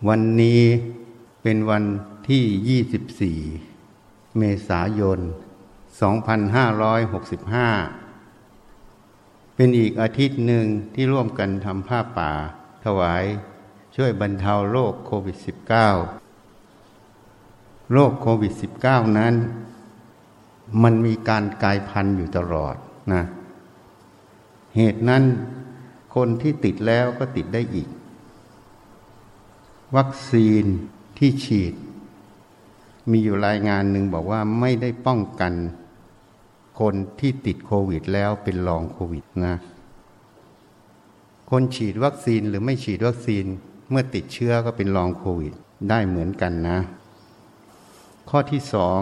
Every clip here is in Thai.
วันนี้เป็นวันที่24เมษายน2565เป็นอีกอาทิตย์หนึ่งที่ร่วมกันทำผ้าป่าถวายช่วยบรรเทาโรคโควิด -19 โรคโควิด -19 นั้นมันมีการกลายพันธุ์อยู่ตลอดนะเหตุนั้นคนที่ติดแล้วก็ติดได้อีกวัคซีนที่ฉีดมีอยู่รายงานหนึ่งบอกว่าไม่ได้ป้องกันคนที่ติดโควิดแล้วเป็นลองโควิดนะคนฉีดวัคซีนหรือไม่ฉีดวัคซีนเมื่อติดเชื้อก็เป็นลองโควิดได้เหมือนกันนะข้อที่สอง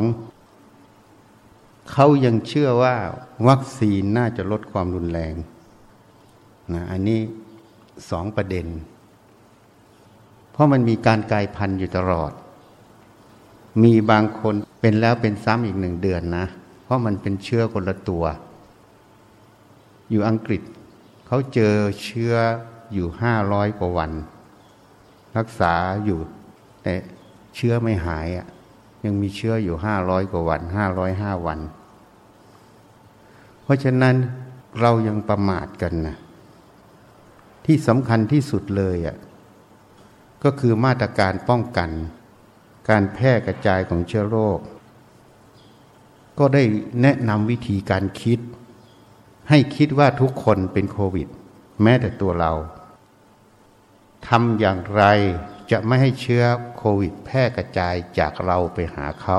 เขายังเชื่อว่าวัคซีนน่าจะลดความรุนแรงนะอันนี้2ประเด็นเพราะมันมีการกลายพันธุ์อยู่ตลอดมีบางคนเป็นแล้วเป็นซ้ำอีก1 เดือนนะเพราะมันเป็นเชื้อคนละตัวอยู่อังกฤษเขาเจอเชื้ออยู่500 กว่าวันรักษาอยู่แต่เชื้อไม่หายยังมีเชื้ออยู่500 กว่าวัน505 วันเพราะฉะนั้นเรายังประมาทกันนะที่สำคัญที่สุดเลยก็คือมาตรการป้องกันการแพร่กระจายของเชื้อโรคก็ได้แนะนำวิธีการคิดให้คิดว่าทุกคนเป็นโควิดแม้แต่ตัวเราทำอย่างไรจะไม่ให้เชื้อโควิดแพร่กระจายจากเราไปหาเขา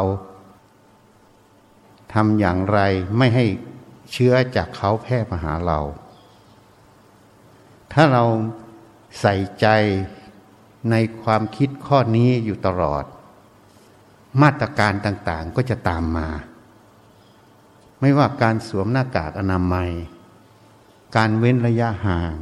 ทำอย่างไรไม่ให้เชื้อจากเขาแพร่มาหาเราถ้าเราใส่ใจในความคิดข้อนี้อยู่ตลอดมาตรการต่างๆก็จะตามมาไม่ว่าการสวมหน้ากากอนามัยการเว้นระยะห่าง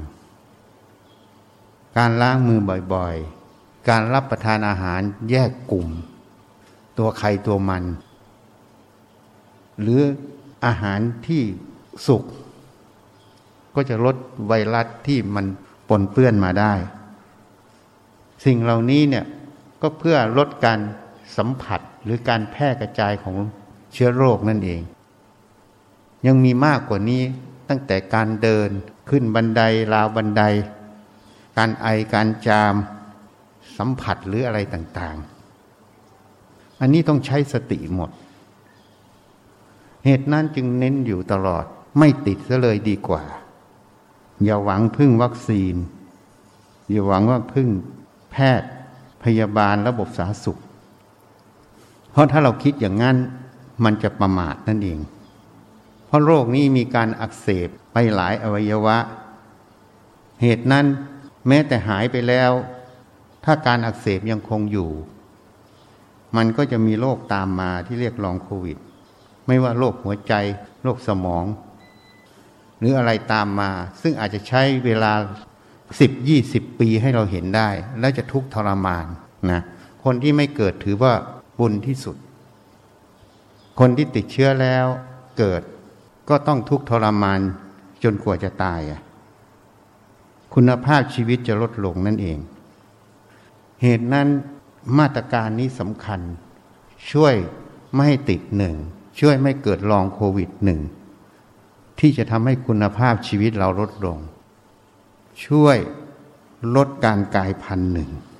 การล้างมือบ่อยๆการรับประทานอาหารแยกกลุ่มตัวใครตัวมันหรืออาหารที่สุกก็จะลดไวรัสที่มันปนเปื้อนมาได้สิ่งเหล่านี้เนี่ยก็เพื่อลดการสัมผัสหรือการแพร่กระจายของเชื้อโรคนั่นเองยังมีมากกว่านี้ตั้งแต่การเดินขึ้นบันไดราวบันไดการไอการจามสัมผัสหรืออะไรต่างๆอันนี้ต้องใช้สติหมดเหตุนั้นจึงเน้นอยู่ตลอดไม่ติดซะเลยดีกว่าอย่าหวังพึ่งวัคซีนอย่าหวังว่าพึ่งแพทย์พยาบาลระบบสาธารณสุขเพราะถ้าเราคิดอย่างนั้นมันจะประมาทนั่นเองเพราะโรคนี้มีการอักเสบไปหลายอวัยวะเหตุนั้นแม้แต่หายไปแล้วถ้าการอักเสบยังคงอยู่มันก็จะมีโรคตามมาที่เรียกลองโควิดไม่ว่าโรคหัวใจโรคสมองหรืออะไรตามมาซึ่งอาจจะใช้เวลา10-20 ปีให้เราเห็นได้แล้วจะทุกข์ทรมานนะคนที่ไม่เกิดถือว่าบุญที่สุดคนที่ติดเชื้อแล้วเกิดก็ต้องทุกข์ทรมานจนกว่าจะตายคุณภาพชีวิตจะลดลงนั่นเองเหตุนั้นมาตรการนี้สำคัญช่วยไม่ให้ติดช่วยไม่เกิดลองโควิดที่จะทำให้คุณภาพชีวิตเราลดลงช่วยลดการกลายพันธุ์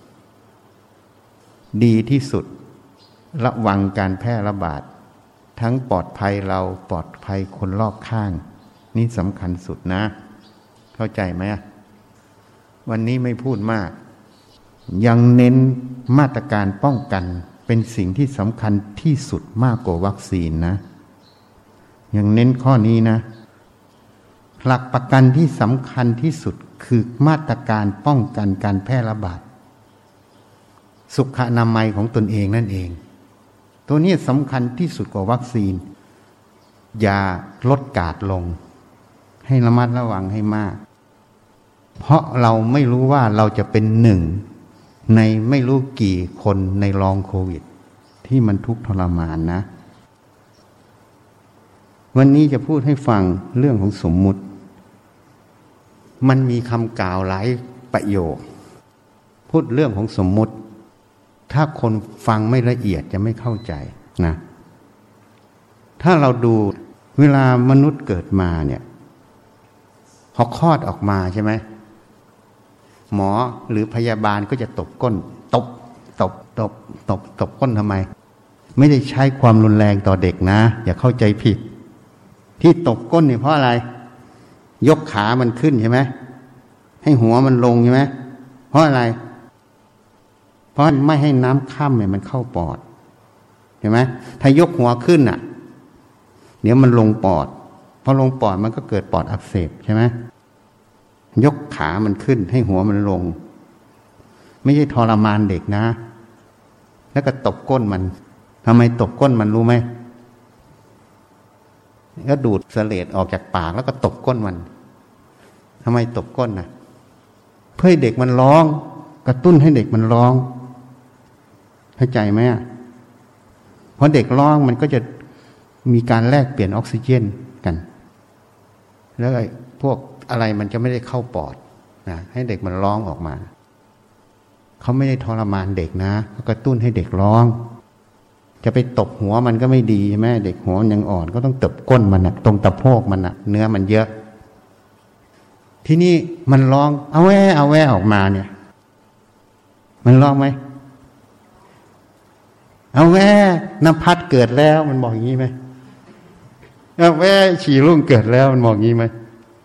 ดีที่สุดระวังการแพร่ระบาดทั้งปลอดภัยเราปลอดภัยคนรอบข้างนี่สำคัญสุดนะเข้าใจไหมวันนี้ไม่พูดมากยังเน้นมาตรการป้องกันเป็นสิ่งที่สำคัญที่สุดมากกว่าวัคซีนนะยังเน้นข้อนี้นะหลักประกันที่สำคัญที่สุดคือมาตรการป้องกันการแพร่ระบาดสุขอนามัยของตนเองนั่นเองตัวนี้สำคัญที่สุดกว่าวัคซีนอย่าลดกาดลงให้ระมัดระวังให้มากเพราะเราไม่รู้ว่าเราจะเป็น1ในไม่รู้กี่คนในลองโควิดที่มันทุกข์ทรมานนะวันนี้จะพูดให้ฟังเรื่องของสมมุติมันมีคำกล่าวหลายประโยคพูดเรื่องของสมมุติถ้าคนฟังไม่ละเอียดจะไม่เข้าใจนะถ้าเราดูเวลามนุษย์เกิดมาเนี่ยพอคลอดออกมาใช่ไหมหมอหรือพยาบาลก็จะตบก้นตบก้นทำไมไม่ได้ใช้ความรุนแรงต่อเด็กนะอย่าเข้าใจผิดที่ตบก้นเนี่ยเพราะอะไรยกขามันขึ้นใช่ไหมให้หัวมันลงใช่ไหมเพราะอะไรเพราะไม่ให้น้ำค่ำเนี่ยมันเข้าปอดเห็นไหมถ้ายกหัวขึ้นอ่ะเดี๋ยวมันลงปอดพอลงปอดมันก็เกิดปอดอักเสบใช่ไหมยกขามันขึ้นให้หัวมันลงไม่ใช่ทรมานเด็กนะแล้วก็ตบก้นมันทำไมตบก้นมันรู้ไหมก็ดูดเสลดออกจากปากแล้วก็ตบก้นมันทำไมตบก้นนะเพื่อให้เด็กมันร้องกระตุ้นให้เด็กมันร้องเข้าใจไหมเพราะเด็กร้องมันก็จะมีการแลกเปลี่ยนออกซิเจนกันแล้วไอ้พวกอะไรมันจะไม่ได้เข้าปอดนะให้เด็กมันร้องออกมาเขาไม่ได้ทรมานเด็กนะเขากระตุ้นให้เด็กร้องจะไปตบหัวมันก็ไม่ดีใช่ไหมเด็กหัวมันยังอ่อนก็ต้องตบก้นมันตรงตะโพกมันเนื้อมันเยอะที่นี่มันร้องเอาแว่ออกมาเนี่ยมันร้องไหมเอาแว่น้ำพัดเกิดแล้วมันบอกอย่างนี้ไหมเอาแว่ฉี่รุ่งเกิดแล้วมันบอกอย่างนี้ไหม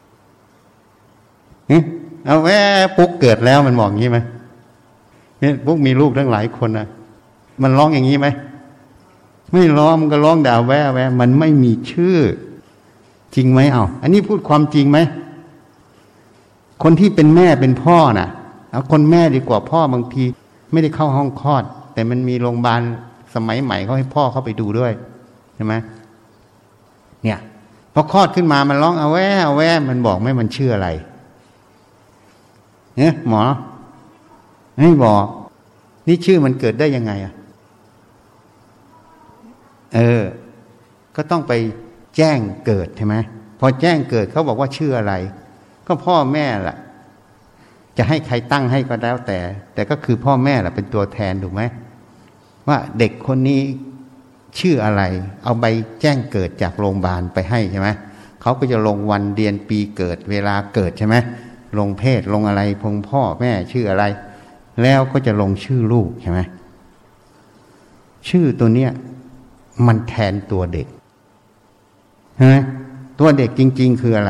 เอาแว่ปุ๊กเกิดแล้วมันบอกอย่างนี้ไหมเนี่ยปุ๊กมีลูกทั้งหลายคนนะมันร้องอย่างนี้ไหมไม่ร้องมันก็ร้องด่าแว่มันไม่มีชื่อจริงไหมอันนี้พูดความจริงไหมคนที่เป็นแม่เป็นพ่อน่ะเอาคนแม่ดีกว่าพ่อบางทีไม่ได้เข้าห้องคลอดแต่มันมีโรงพยาบาลสมัยใหม่เขาให้พ่อเข้าไปดูด้วยใช่ไหมเนี่ยพอคลอดขึ้นมามันร้องเอาแว่มันบอกไม่มันชื่ออะไรเนี่ยหมอไม่บอกนี่ชื่อมันเกิดได้ยังไงก็ต้องไปแจ้งเกิดใช่ไหมพอแจ้งเกิดเขาบอกว่าชื่ออะไรก็พ่อแม่แหละจะให้ใครตั้งให้ก็แล้วแต่ก็คือพ่อแม่แหละเป็นตัวแทนถูกไหมว่าเด็กคนนี้ชื่ออะไรเอาใบแจ้งเกิดจากโรงพยาบาลไปให้ใช่ไหมเขาก็จะลงวันเดือนปีเกิดเวลาเกิดใช่ไหมลงเพศลงอะไรพงพ่อแม่ชื่ออะไรแล้วก็จะลงชื่อลูกใช่ไหมชื่อตัวเนี้ยมันแทนตัวเด็กใช่ไหมตัวเด็กจริงๆคืออะไร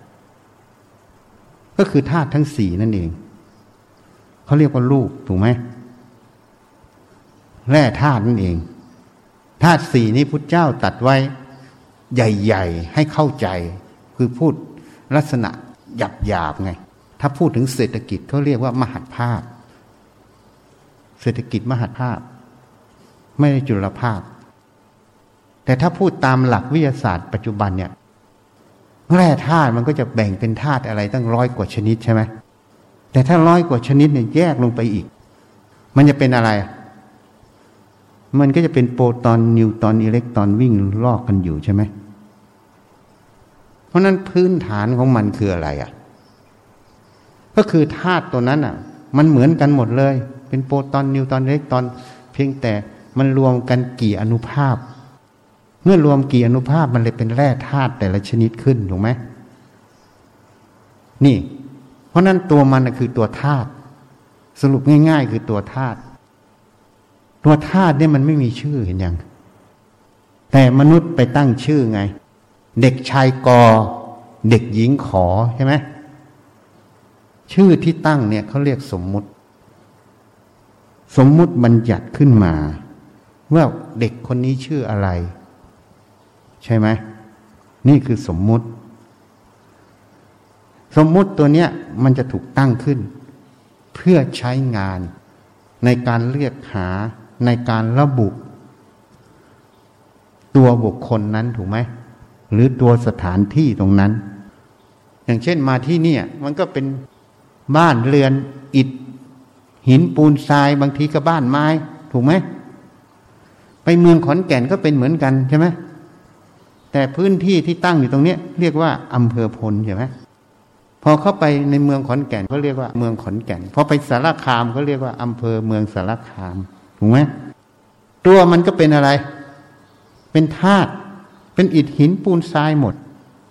ก็คือธาตุทั้งสี่นั่นเองเขาเรียกว่าลูกถูกไหมแร่ธาตุนั่นเองธาตุสี่นี้พุทธเจ้าตรัสไว้ใหญ่ๆให้เข้าใจคือพูดลักษณะหยาบๆไงถ้าพูดถึงเศรษฐกิจเขาเรียกว่ามหาภาคเศรษฐกิจมหาภาคไม่ได้จุลภาคแต่ถ้าพูดตามหลักวิทยาศาสตร์ปัจจุบันเนี่ยแร่ธาตุมันก็จะแบ่งเป็นธาตุอะไรตั้ง100 กว่าชนิดใช่ไหมแต่ถ้า100 กว่าชนิดเนี่ยแยกลงไปอีกมันจะเป็นอะไรมันก็จะเป็นโปรตอนนิวตรอนอิเล็กตรอนวิ่งลอกกันอยู่ใช่ไหมเพราะนั้นพื้นฐานของมันคืออะไรก็คือธาตุตัวนั้นมันเหมือนกันหมดเลยเป็นโปรตอนนิวตรอนอิเล็กตรอนเพียงแต่มันรวมกันกี่อนุภาคเมื่อรวมกี่อนุภาคมันเลยเป็นแร่ธาตุแต่ละชนิดขึ้นถูกไหมนี่เพราะนั้นตัวมันคือตัวธาตุสรุปง่ายๆคือตัวธาตุเนี่ยมันไม่มีชื่อเห็นยังแต่มนุษย์ไปตั้งชื่อไงเด็กชายกเด็กหญิงขอใช่ไหมชื่อที่ตั้งเนี่ยเขาเรียกสมมุติบัญญัติขึ้นมาว่าเด็กคนนี้ชื่ออะไรใช่ไหมนี่คือสมมุติตัวเนี้ยมันจะถูกตั้งขึ้นเพื่อใช้งานในการเรียกหาในการระบุตัวบุคคลนั้นถูกไหมหรือตัวสถานที่ตรงนั้นอย่างเช่นมาที่เนี่ยมันก็เป็นบ้านเรือนอิฐหินปูนทรายบางทีก็บ้านไม้ถูกไหมไปเมืองขอนแก่นก็เป็นเหมือนกันใช่ไหมแต่พื้นที่ที่ตั้งอยู่ตรงนี้เรียกว่าอำเภอพลใช่ไหมพอเข้าไปในเมืองขอนแก่นเขาเรียกว่าเมืองขอนแก่นพอไปสารคามเขาเรียกว่าอำเภอเมืองสารคามถูกไหมตัวมันก็เป็นอะไรเป็นธาตุเป็นอิฐหินปูนทรายหมด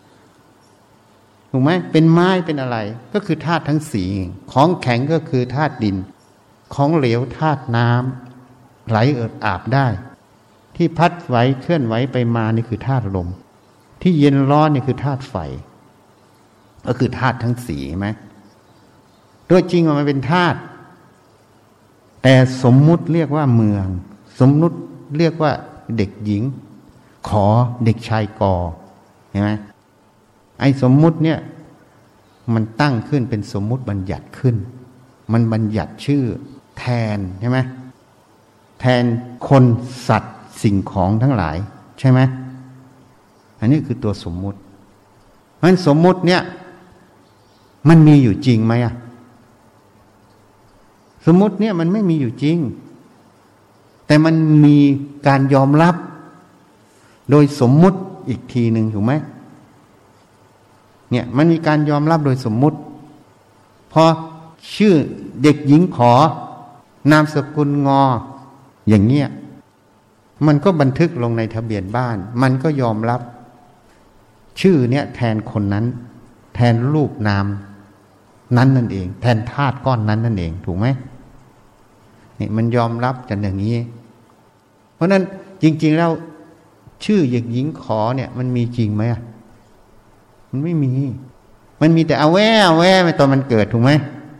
ถูกไหมเป็นไม้เป็นอะไรก็คือธาตุทั้งสี่ของแข็งก็คือธาตุดินของเหลวธาตุน้ำไหลเอิบอาบได้ที่พัดไหวเคลื่อนไหวไปมานี่คือธาตุลมที่เย็นร้อนนี่คือธาตุไฟก็คือธาตุทั้งสี่ใช่ไหมโดยจริงมันเป็นธาตุแต่สมมุติเรียกว่าเมืองสมมุติเรียกว่าเด็กหญิงขอเด็กชายกอเห็นไหมไอ้สมมุติเนี่ยมันตั้งขึ้นเป็นสมมุติบัญญัติขึ้นมันบัญญัติชื่อแทนใช่ไหมแทนคนสัตว์สิ่งของทั้งหลายใช่ไหมอันนี้คือตัวสมมุติเพราะฉะนั้นสมมุติเนี่ยมันมีอยู่จริงไหมอะสมมุติเนี่ยมันไม่มีอยู่จริงแต่มันมีการยอมรับโดยสมมุติอีกทีหนึ่งถูกไหมเนี่ยมันมีการยอมรับโดยสมมุติพอชื่อเด็กหญิงขอนามสกุลงออย่างเงี้ยมันก็บันทึกลงในทะเบียนบ้านมันก็ยอมรับชื่อเนี่ยแทนคนนั้นแทนรูปนามนั้นนั่นเองแทนธาตุก้อนนั้นนั่นเองถูกไหมนี่มันยอมรับกันอย่างนี้เพราะนั้นจริงๆแล้วชื่อเด็กหญิงขอเนี่ยมันมีจริงไหมมันไม่มีมันมีแต่เอาแว่ไปตอนมันเกิดถูกไหม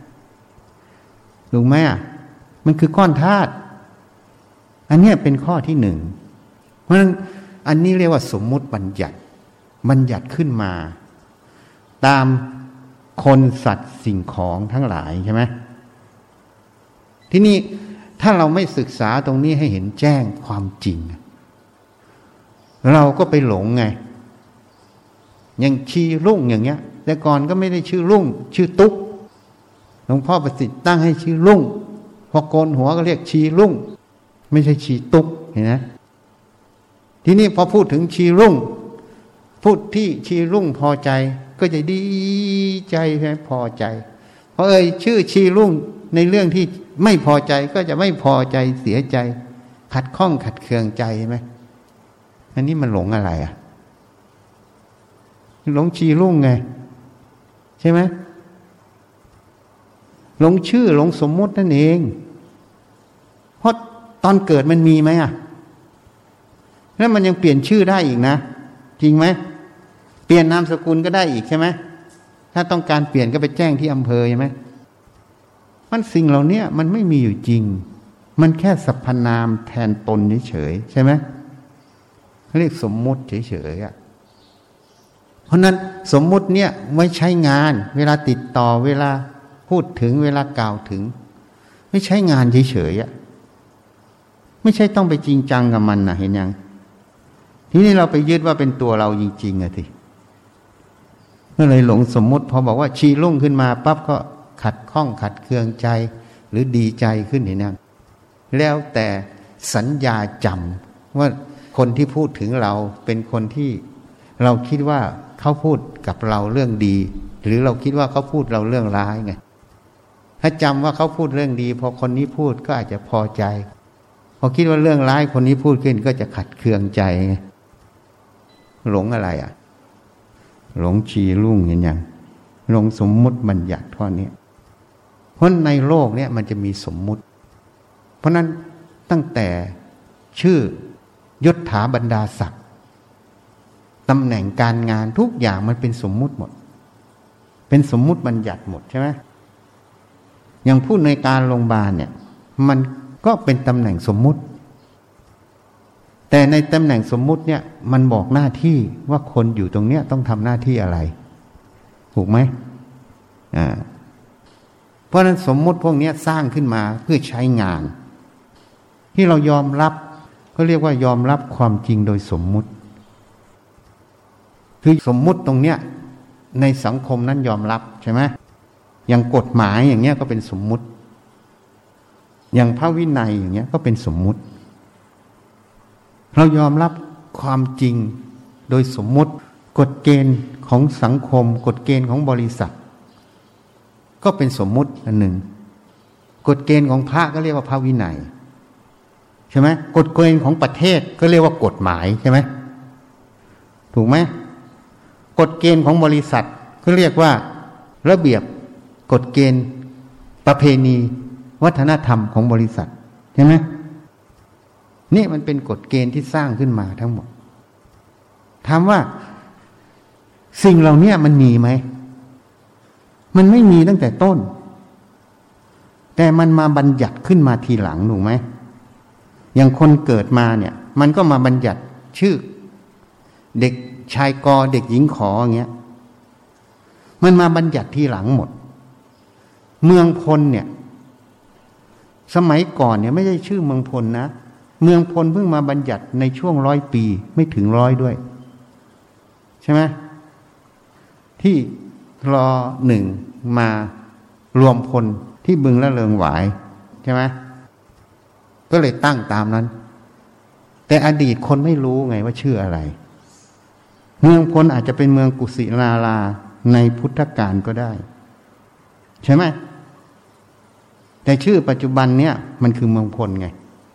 ถูกไหมมันคือก้อนธาตุอันนี้เป็นข้อที่หนึ่งเพราะฉะนั้นอันนี้เรียกว่าสมมุติบัญญัติขึ้นมาตามคนสัตว์สิ่งของทั้งหลายใช่ไหมที่นี่ถ้าเราไม่ศึกษาตรงนี้ให้เห็นแจ้งความจริงเราก็ไปหลงไงอย่างชีรุ่งอย่างเงี้ยแต่ก่อนก็ไม่ได้ชื่อรุ่งชื่อตุ๊กหลวงพ่อประสิทธิ์ตั้งให้ชื่อรุ่งพอโกนหัวก็เรียกชีรุ่งไม่ใช่ชีตุ๊กเห็นไหมทีนี้พอพูดถึงชีรุ่งพูดที่ชีรุ่งพอใจก็จะดีใจใช่ไหมพอใจเพราะชื่อชีรุ่งในเรื่องที่ไม่พอใจก็จะไม่พอใจเสียใจขัดข้องขัดเคืองใจใช่ไหมอันนี้มันหลงอะไรหลงชีรุ่งไงใช่ไหมหลงชื่อหลงสมมุตินั่นเองเพราะตอนเกิดมันมีไหมแล้วมันยังเปลี่ยนชื่อได้อีกนะจริงไหมเปลี่ยนนามสกุลก็ได้อีกใช่ไหมถ้าต้องการเปลี่ยนก็ไปแจ้งที่อำเภอใช่ไหมมันสิ่งเหล่านี้มันไม่มีอยู่จริงมันแค่สรรพนามแทนตนเฉยๆใช่ไหมเรียกสมมุติเฉยๆเพราะนั้นสมมุติเนี่ยไม่ใช้งานเวลาติดต่อเวลาพูดถึงเวลากล่าวถึงไม่ใช้งานเฉยๆไม่ใช่ต้องไปจริงจังกับมันนะเห็นยังทีนี้เราไปยึดว่าเป็นตัวเราจริงๆทีก็เลยหลงสมมุติพอบอกว่าชีรุ่งขึ้นมาปั๊บก็ขัดข้องขัดเคืองใจหรือดีใจขึ้นเห็นยังแล้วแต่สัญญาจำว่าคนที่พูดถึงเราเป็นคนที่เราคิดว่าเขาพูดกับเราเรื่องดีหรือเราคิดว่าเขาพูดเราเรื่องร้ายไงถ้าจำว่าเขาพูดเรื่องดีพอคนนี้พูดก็อาจจะพอใจพอคิดว่าเรื่องร้ายคนนี้พูดขึ้นก็จะขัดเคืองใจไงหลงอะไรหลงชีรุ่งเห็นยังหลงสมมุติบัญญัติข้อนี้เพราะในโลกเนี่ยมันจะมีสมมุติเพราะนั้นตั้งแต่ชื่อยศถาบรรดาศักดิ์ตำแหน่งการงานทุกอย่างมันเป็นสมมุติหมดเป็นสมมุติบัญญัติหมดใช่ไหมอย่างผู้ในการโรงพยาบาลเนี่ยมันก็เป็นตำแหน่งสมมุติแต่ในตำแหน่งสมมุติเนี่ยมันบอกหน้าที่ว่าคนอยู่ตรงเนี้ยต้องทำหน้าที่อะไรถูกไหมเพราะฉะนั้นสมมุติพวกนี้สร้างขึ้นมาเพื่อใช้งานที่เรายอมรับก็เรียกว่ายอมรับความจริงโดยสมมุติคือสมมุติตรงเนี้ยในสังคมนั้นยอมรับใช่ไหมอย่างกฎหมายอย่างเงี้ยก็เป็นสมมุติอย่างพระวินัยอย่างเงี้ยก็เป็นสมมุติเรายอมรับความจริงโดยสมมุติกฎเกณฑ์ของสังคมกฎเกณฑ์ของบริษัทก็เป็นสมมุติอันหนึ่งกฎเกณฑ์ของพระก็เรียกว่าพระวินัยใช่ไหมกฎเกณฑ์ของประเทศก็เรียกว่ากฎหมายใช่ไหมถูกไหมกฎเกณฑ์ของบริษัทก็เรียกว่าระเบียบกฎเกณฑ์ประเพณีวัฒนธรรมของบริษัทใช่ไหมนี่มันเป็นกฎเกณฑ์ที่สร้างขึ้นมาทั้งหมดถามว่าสิ่งเหล่านี้มันมีไหมมันไม่มีตั้งแต่ต้นแต่มันมาบัญญัติขึ้นมาทีหลังถูกไหมอย่างคนเกิดมาเนี่ยมันก็มาบัญญัติชื่อเด็กชายกเด็กหญิงขอย่างเงี้ยมันมาบัญญัติทีหลังหมดเมืองพลเนี่ยสมัยก่อนเนี่ยไม่ใช่ชื่อเมืองพลนะเมืองพลเพิ่งมาบัญญัติในช่วง100 ปีไม่ถึง100ด้วยใช่ไหมที่ร.1 มารวมพลที่บึงละเริงหวายใช่ไหมก็เลยตั้งตามนั้นแต่อดีตคนไม่รู้ไงว่าชื่ออะไรเมืองพลอาจจะเป็นเมืองกุสินาราในพุทธกาลก็ได้ใช่ไหมแต่ชื่อปัจจุบันเนี่ยมันคือเมืองพลไง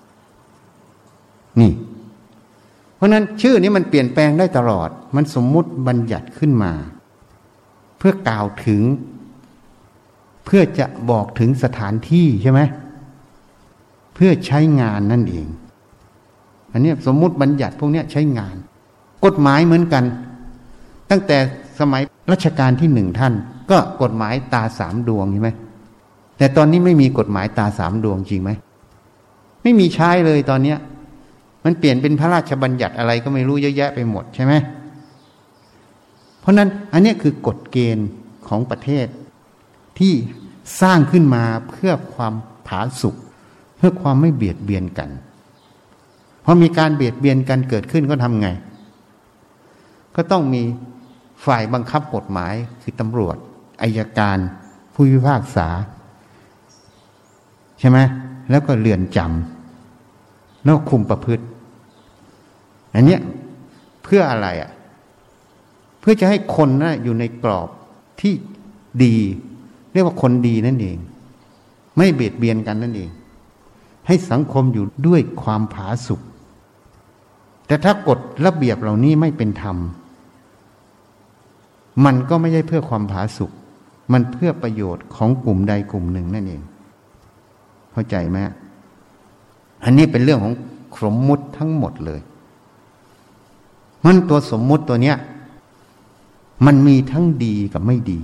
นี่เพราะนั้นชื่อนี้มันเปลี่ยนแปลงได้ตลอดมันสมมุติบัญญัติขึ้นมาเพื่อกล่าวถึงเพื่อจะบอกถึงสถานที่ใช่ไหมเพื่อใช้งานนั่นเองอันนี้สมมุติบัญญัติพวกนี้ใช้งานกฎหมายเหมือนกันตั้งแต่สมัยรัชกาลที่1ท่านก็กฎหมายตา3 ดวงใช่ไหมแต่ตอนนี้ไม่มีกฎหมายตา3 ดวงจริงไหมไม่มีใช้เลยตอนเนี้ยมันเปลี่ยนเป็นพระราชบัญญัติอะไรก็ไม่รู้เยอะแยะไปหมดใช่ไหมเพราะนั้นอันนี้คือกฎเกณฑ์ของประเทศที่สร้างขึ้นมาเพื่อความผาสุกเพื่อความไม่เบียดเบียนกันพอมีการเบียดเบียนกันเกิดขึ้นก็ทำไงก็ต้องมีฝ่ายบังคับกฎหมายคือตำรวจอัยการผู้พิพากษาใช่ไหมแล้วก็เรือนจำแล้วคุมประพฤติอันเนี้ยเพื่ออะไรอ่ะเพื่อจะให้คนนะอยู่ในกรอบที่ดีเรียกว่าคนดีนั่นเองไม่เบียดเบียนกันนั่นเองให้สังคมอยู่ด้วยความผาสุกแต่ถ้ากฎระเบียบเหล่านี้ไม่เป็นธรรมมันก็ไม่ใช่เพื่อความผาสุกมันเพื่อประโยชน์ของกลุ่มใดกลุ่มหนึ่งนั่นเองเข้าใจไหมอันนี้เป็นเรื่องของสมมุติทั้งหมดเลยมันตัวสมมุติตัวเนี้ยมันมีทั้งดีกับไม่ดี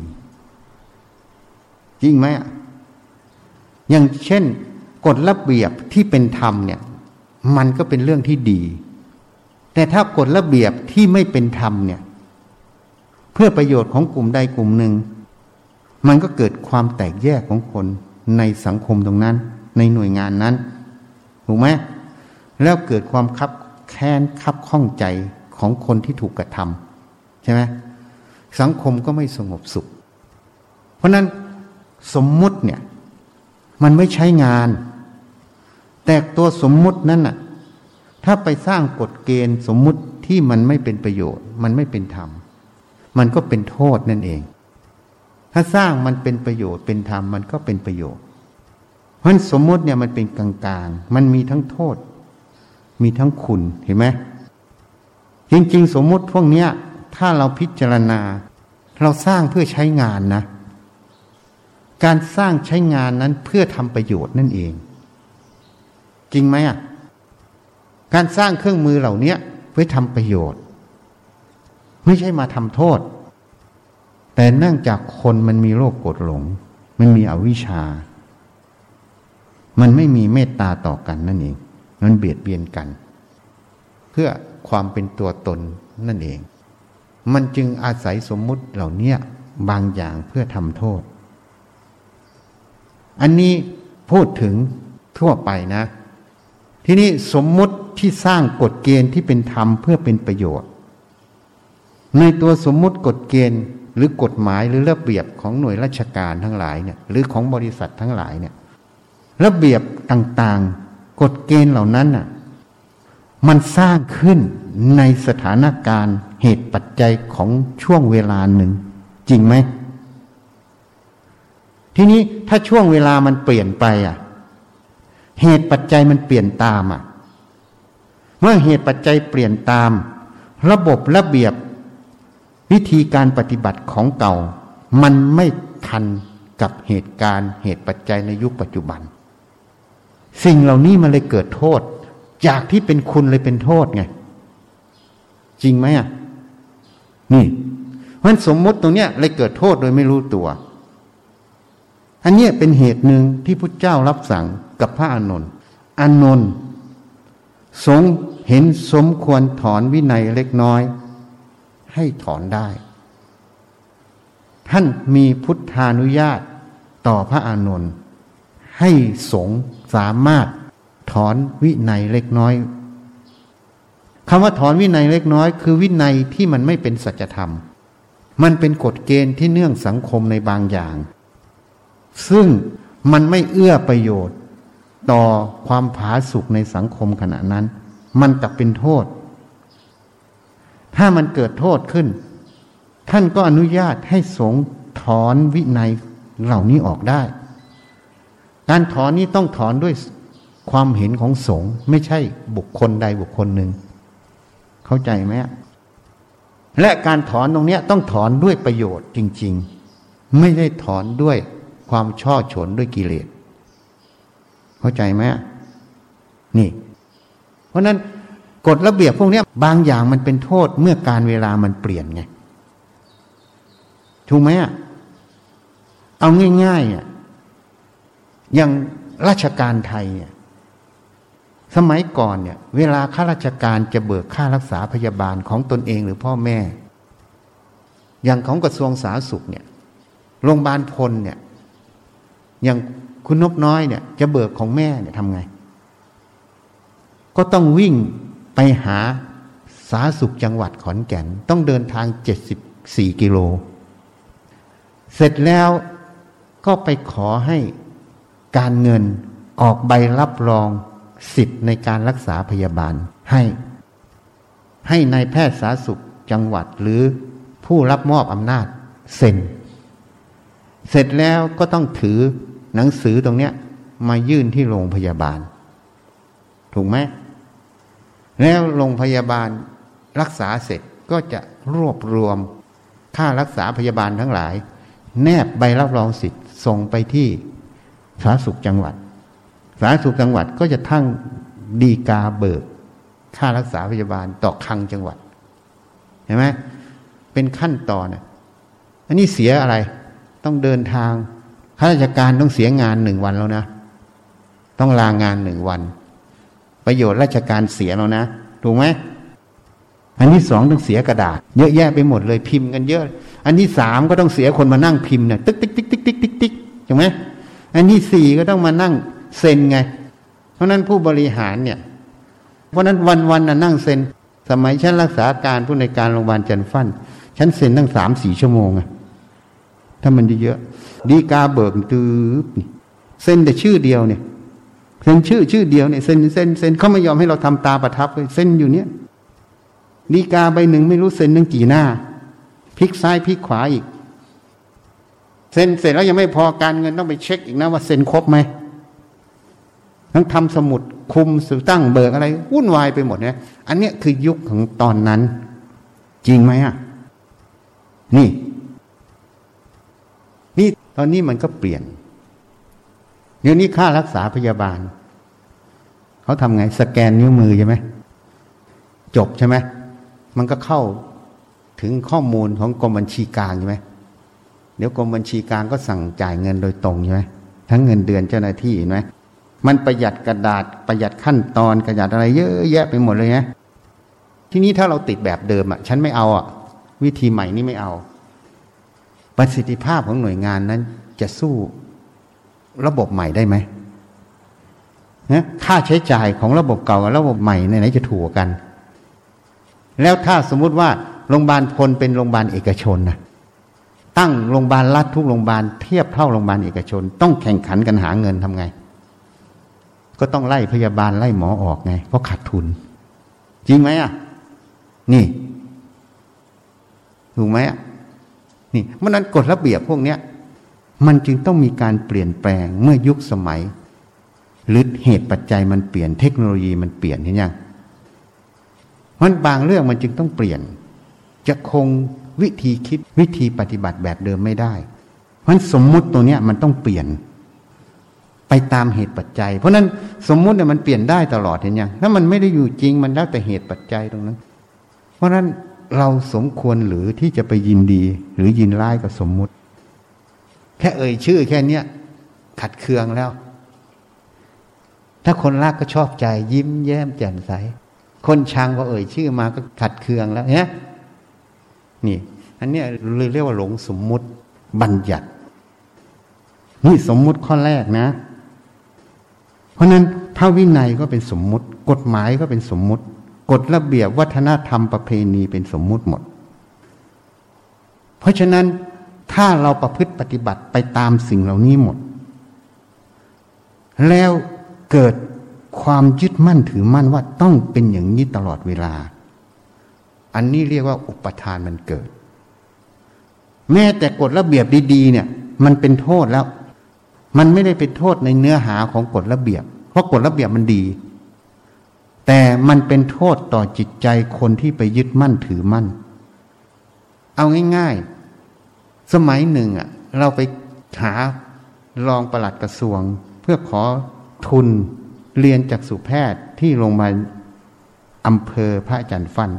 จริงไหมอย่างเช่นกฎระเบียบที่เป็นธรรมเนี่ยมันก็เป็นเรื่องที่ดีแต่ถ้ากฎระเบียบที่ไม่เป็นธรรมเนี่ยเพื่อประโยชน์ของกลุ่มใดกลุ่มหนึ่งมันก็เกิดความแตกแยกของคนในสังคมตรงนั้นในหน่วยงานนั้นถูกไหมแล้วเกิดความคับแค้นคับข้องใจของคนที่ถูกกระทำใช่ไหมสังคมก็ไม่สงบสุขเพราะนั้นสมมุติเนี่ยมันไม่ใช้งานแต่ตัวสมมุตินั้นน่ะถ้าไปสร้างกฎเกณฑ์สมมุติที่มันไม่เป็นประโยชน์มันไม่เป็นธรรมมันก็เป็นโทษนั่นเองถ้าสร้างมันเป็นประโยชน์เป็นธรรมมันก็เป็นประโยชน์เพราะฉะนั้นสมมุติเนี่ยมันเป็นกลางๆมันมีทั้งโทษมีทั้งคุณเห็นไหมจริงๆสมมุติพวกเนี้ยถ้าเราพิจารณาเราสร้างเพื่อใช้งานนะการสร้างใช้งานนั้นเพื่อทำประโยชน์นั่นเองจริงไหมการสร้างเครื่องมือเหล่านี้เพื่อทำประโยชน์ไม่ใช่มาทำโทษแต่เนื่องจากคนมันมีโรคโกรธหลงมันมีอวิชชามันไม่มีเมตตาต่อกันนั่นเองมันเบียดเบียนกันเพื่อความเป็นตัวตนนั่นเองมันจึงอาศัยสมมุติเหล่านี้บางอย่างเพื่อทำโทษอันนี้พูดถึงทั่วไปนะที่นี่สมมุติที่สร้างกฎเกณฑ์ที่เป็นธรรมเพื่อเป็นประโยชน์ในตัวสมมุติกฎเกณฑ์หรือกฎหมายหรือระเบียบของหน่วยราชการทั้งหลายเนี่ยหรือของบริษัททั้งหลายเนี่ยระเบียบต่างๆกฎเกณฑ์เหล่านั้นน่ะมันสร้างขึ้นในสถานการณ์เหตุปัจจัยของช่วงเวลาหนึ่งจริงไหมทีนี้ถ้าช่วงเวลามันเปลี่ยนไปเหตุปัจจัยมันเปลี่ยนตามเมื่อเหตุปัจจัยเปลี่ยนตามระบบระเบียบวิธีการปฏิบัติของเก่ามันไม่ทันกับเหตุการณ์เหตุปัจจัยในยุคปัจจุบันสิ่งเหล่านี้มันเลยเกิดโทษจากที่เป็นคุณเลยเป็นโทษไงจริงไหมอ่ะนี่เพราะฉะนั้นสมมติตรงเนี้ยเลยเกิดโทษโดยไม่รู้ตัวอันเนี้ยเป็นเหตุหนึ่งที่พุทธเจ้ารับสั่งกับพระอานนท์อานนท์ทรงเห็นสมควรถอนวินัยเล็กน้อยให้ถอนได้ท่านมีพุทธานุญาตต่อพระอานนท์ให้สงฆ์สามารถถอนวินัยเล็กน้อยคำว่าถอนวินัยเล็กน้อยคือวินัยที่มันไม่เป็นสัจธรรมมันเป็นกฎเกณฑ์ที่เนื่องสังคมในบางอย่างซึ่งมันไม่เอื้อประโยชน์ต่อความผาสุกในสังคมขณะนั้นมันกลับเป็นโทษถ้ามันเกิดโทษขึ้นท่านก็อนุญาตให้สงฆ์ถอนวินัยเหล่านี้ออกได้การถอนนี้ต้องถอนด้วยความเห็นของสงฆ์ไม่ใช่บุคคลใดบุคคลหนึ่งเข้าใจไหมและการถอนตรงนี้ต้องถอนด้วยประโยชน์จริงๆไม่ได้ถอนด้วยความช่อฉนด้วยกิเลสเข้าใจไหมนี่เพราะนั้นกฎระเบียบพวกนี้บางอย่างมันเป็นโทษเมื่อการเวลามันเปลี่ยนไงถูกไหมเอาง่ายๆอย่างราชการไทยสมัยก่อนเนี่ยเวลาข้าราชการจะเบิกค่ารักษาพยาบาลของตนเองหรือพ่อแม่อย่างของกระทรวงสาธารณสุขเนี่ยโรงพยาบาลพลเนี่ยอย่างคุณนกน้อยเนี่ยจะเบิกของแม่เนี่ยทำไงก็ต้องวิ่งไปหาสาธารณสุขจังหวัดขอนแก่นต้องเดินทาง74 กิโลเสร็จแล้วก็ไปขอให้การเงินออกใบรับรองสิทธิ์ในการรักษาพยาบาลให้นายแพทย์สาธารณสุขจังหวัดหรือผู้รับมอบอำนาจเซ็นเสร็จแล้วก็ต้องถือหนังสือตรงเนี้ยมายื่นที่โรงพยาบาลถูกไหมแล้วโรงพยาบาลรักษาเสร็จก็จะรวบรวมค่ารักษาพยาบาลทั้งหลายแนบใบรับรองสิทธิ์ส่งไปที่สาธารณสุขจังหวัดสาธารณสุขจังหวัดก็จะทั้งฎีกาเบิกค่ารักษาพยาบาลต่อคลังจังหวัดเห็นไหมเป็นขั้นตอนอันนี้เสียอะไรต้องเดินทางข้าราชการต้องเสียงาน1 วันแล้วนะต้องลางาน1 วันประโยชน์ราชการเสียแล้วนะถูกไหมอันที่2ต้องเสียกระดาษเยอะแยะไปหมดเลยพิมพ์กันเยอะอันที่3ก็ต้องเสียคนมานั่งพิมพ์เนี่ยติ๊กติ๊กติ๊กติ๊กติ๊กติ๊กติ๊กถูกไหมอันที่4ก็ต้องมานั่งเซ็นไงเพราะนั้นผู้บริหารเนี่ยเพราะนั้นวันๆน่ะนั่งเซ็นสมัยฉันรักษาการผู้ในวยการโรงพยาบาลจันทร์ฟั่นฉันเซ็นตั้ง3-4 ชั่วโมงถ้ามันเยอะฎีกาเบิกตืบนี่เซ็นแต่ชื่อเดียวเนี่ยเซ็นชื่อเดียวเนี่ยเซ็นเขาไม่ยอมให้เราทำตาประทับเลยเซ็นอยู่เนี่ยฎีกาใบหนึ่งไม่รู้เซ็นตั้งกี่หน้าพลิกซ้ายพลิกขวาอีกเซ็นเสร็จแล้วยังไม่พอการเงินต้องไปเช็คอีกนะว่าเซ็นครบไหมทั้งทำสมุดคุมสื่อตั้งเบิกอะไรวุ่นวายไปหมดเนี่ยอันเนี้ยคือยุคของตอนนั้นจริงไหมนี่ตอนนี้มันก็เปลี่ยนเดี๋ยวนี้ค่ารักษาพยาบาลเขาทำไงสแกนนิ้วมือใช่ไหมจบใช่ไหมมันก็เข้าถึงข้อมูลของกรมบัญชีกลางใช่ไหมเดี๋ยวกรมบัญชีกลางก็สั่งจ่ายเงินโดยตรงใช่ไหมทั้งเงินเดือนเจ้าหน้าที่เห็นไหมมันประหยัดกระดาษประหยัดขั้นตอนประหยัดอะไรเยอะแยะไปหมดเลยนะทีนี้ถ้าเราติดแบบเดิมฉันไม่เอาวิธีใหม่นี่ไม่เอาประสิทธิภาพของหน่วยงานนั้นจะสู้ระบบใหม่ได้ไหมนะค่าใช้จ่ายของระบบเก่ากับระบบใหม่ไหนจะถูกกันแล้วถ้าสมมุติว่าโรงพยาบาลพลเป็นโรงพยาบาลเอกชนนะตั้งโรงพยาบาลรัฐทุกโรงพยาบาลเทียบเท่าโรงพยาบาลเอกชนต้องแข่งขันกันหาเงินทำไงก็ต้องไล่พยาบาลไล่หมอออกไงเพราะขาดทุนจริงไหมนี่ถูกไหมนี่เมื่อนั้นกฎระเบียบพวกนี้มันจึงต้องมีการเปลี่ยนแปลงเมื่อยุคสมัยหรือเหตุปัจจัยมันเปลี่ยนเทคโนโลยีมันเปลี่ยนเห็นยังมันบางเรื่องมันจึงต้องเปลี่ยนจะคงวิธีคิดวิธีปฏิบัติแบบเดิมไม่ได้เพราะสมมุติตัวเนี้ยมันต้องเปลี่ยนไปตามเหตุปัจจัยเพราะนั้นสมมุติเนี่ยมันเปลี่ยนได้ตลอดเห็นยังถ้ามันไม่ได้อยู่จริงมันแล้วแต่เหตุปัจจัยตรงนั้นเพราะนั้นเราสมควรหรือที่จะไปยินดีหรือยินร้ายกับสมมุติแค่เอ่ยชื่อแค่เนี้ยขัดเคืองแล้วถ้าคนรักก็ชอบใจยิ้มแย้มแจ่มใสคนชังพอเอ่ยชื่อมาก็ขัดเคืองแล้วเนี่ยนี่อันเนี้ยเรียกว่าหลงสมมุติบัญญัตินี่สมมุติข้อแรกนะเพราะนั้นพระวินัยก็เป็นสมมุติกฎหมายก็เป็นสมมุติกฎระเบียบวัฒนธรรมประเพณีเป็นสมมุติหมดเพราะฉะนั้นถ้าเราประพฤติปฏิบัติไปตามสิ่งเหล่านี้หมดแล้วเกิดความยึดมั่นถือมั่นว่าต้องเป็นอย่างนี้ตลอดเวลาอันนี้เรียกว่าอุปทานมันเกิดแม้แต่กฎระเบียบดีๆเนี่ยมันเป็นโทษแล้วมันไม่ได้เป็นโทษในเนื้อหาของกฎระเบียบเพราะกฎระเบียบมันดีแต่มันเป็นโทษต่อจิตใจคนที่ไปยึดมั่นถือมั่นเอาง่ายๆสมัยหนึ่งเราไปหารองปลัดกระทรวงเพื่อขอทุนเรียนจักษุแพทย์ที่โรงพยาบาลอำเภอพระอาจารย์ฟั่น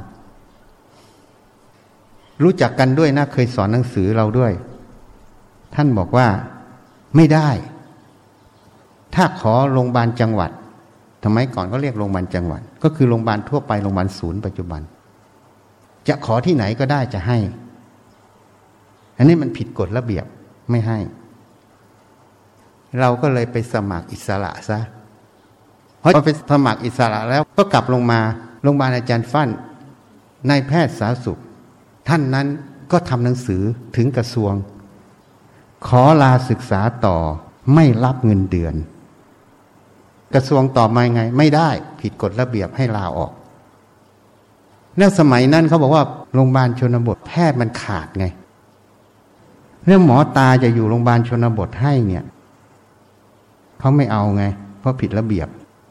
รู้จักกันด้วยนะเคยสอนหนังสือเราด้วยท่านบอกว่าไม่ได้ถ้าขอโรงพยาบาลจังหวัดสมัยก่อนก็เรียกโรงพยาบาลจังหวัดก็คือโรงพยาบาลทั่วไปโรงพยาบาลศูนย์ปัจจุบันจะขอที่ไหนก็ได้จะให้อันนี้มันผิดกฎระเบียบไม่ให้เราก็เลยไปสมัครอิสระซะพอไปสมัครอิสระแล้วก็กลับลงมาโรงพยาบาลอาจารย์ฟั่นนายแพทย์สาธารณสุขท่านนั้นก็ทำหนังสือถึงกระทรวงขอลาศึกษาต่อไม่รับเงินเดือนกระทรวงตอบมาไงไม่ได้ผิดกฎระเบียบให้ลาออกแล้วสมัยนั้นเขาบอกว่าโรงพยาบาลชนบทแพทย์มันขาดไงแล้วหมอตาจะอยู่โรงพยาบาลชนบทให้เนี่ยเขาไม่เอาไงเพราะผิดระเบียบ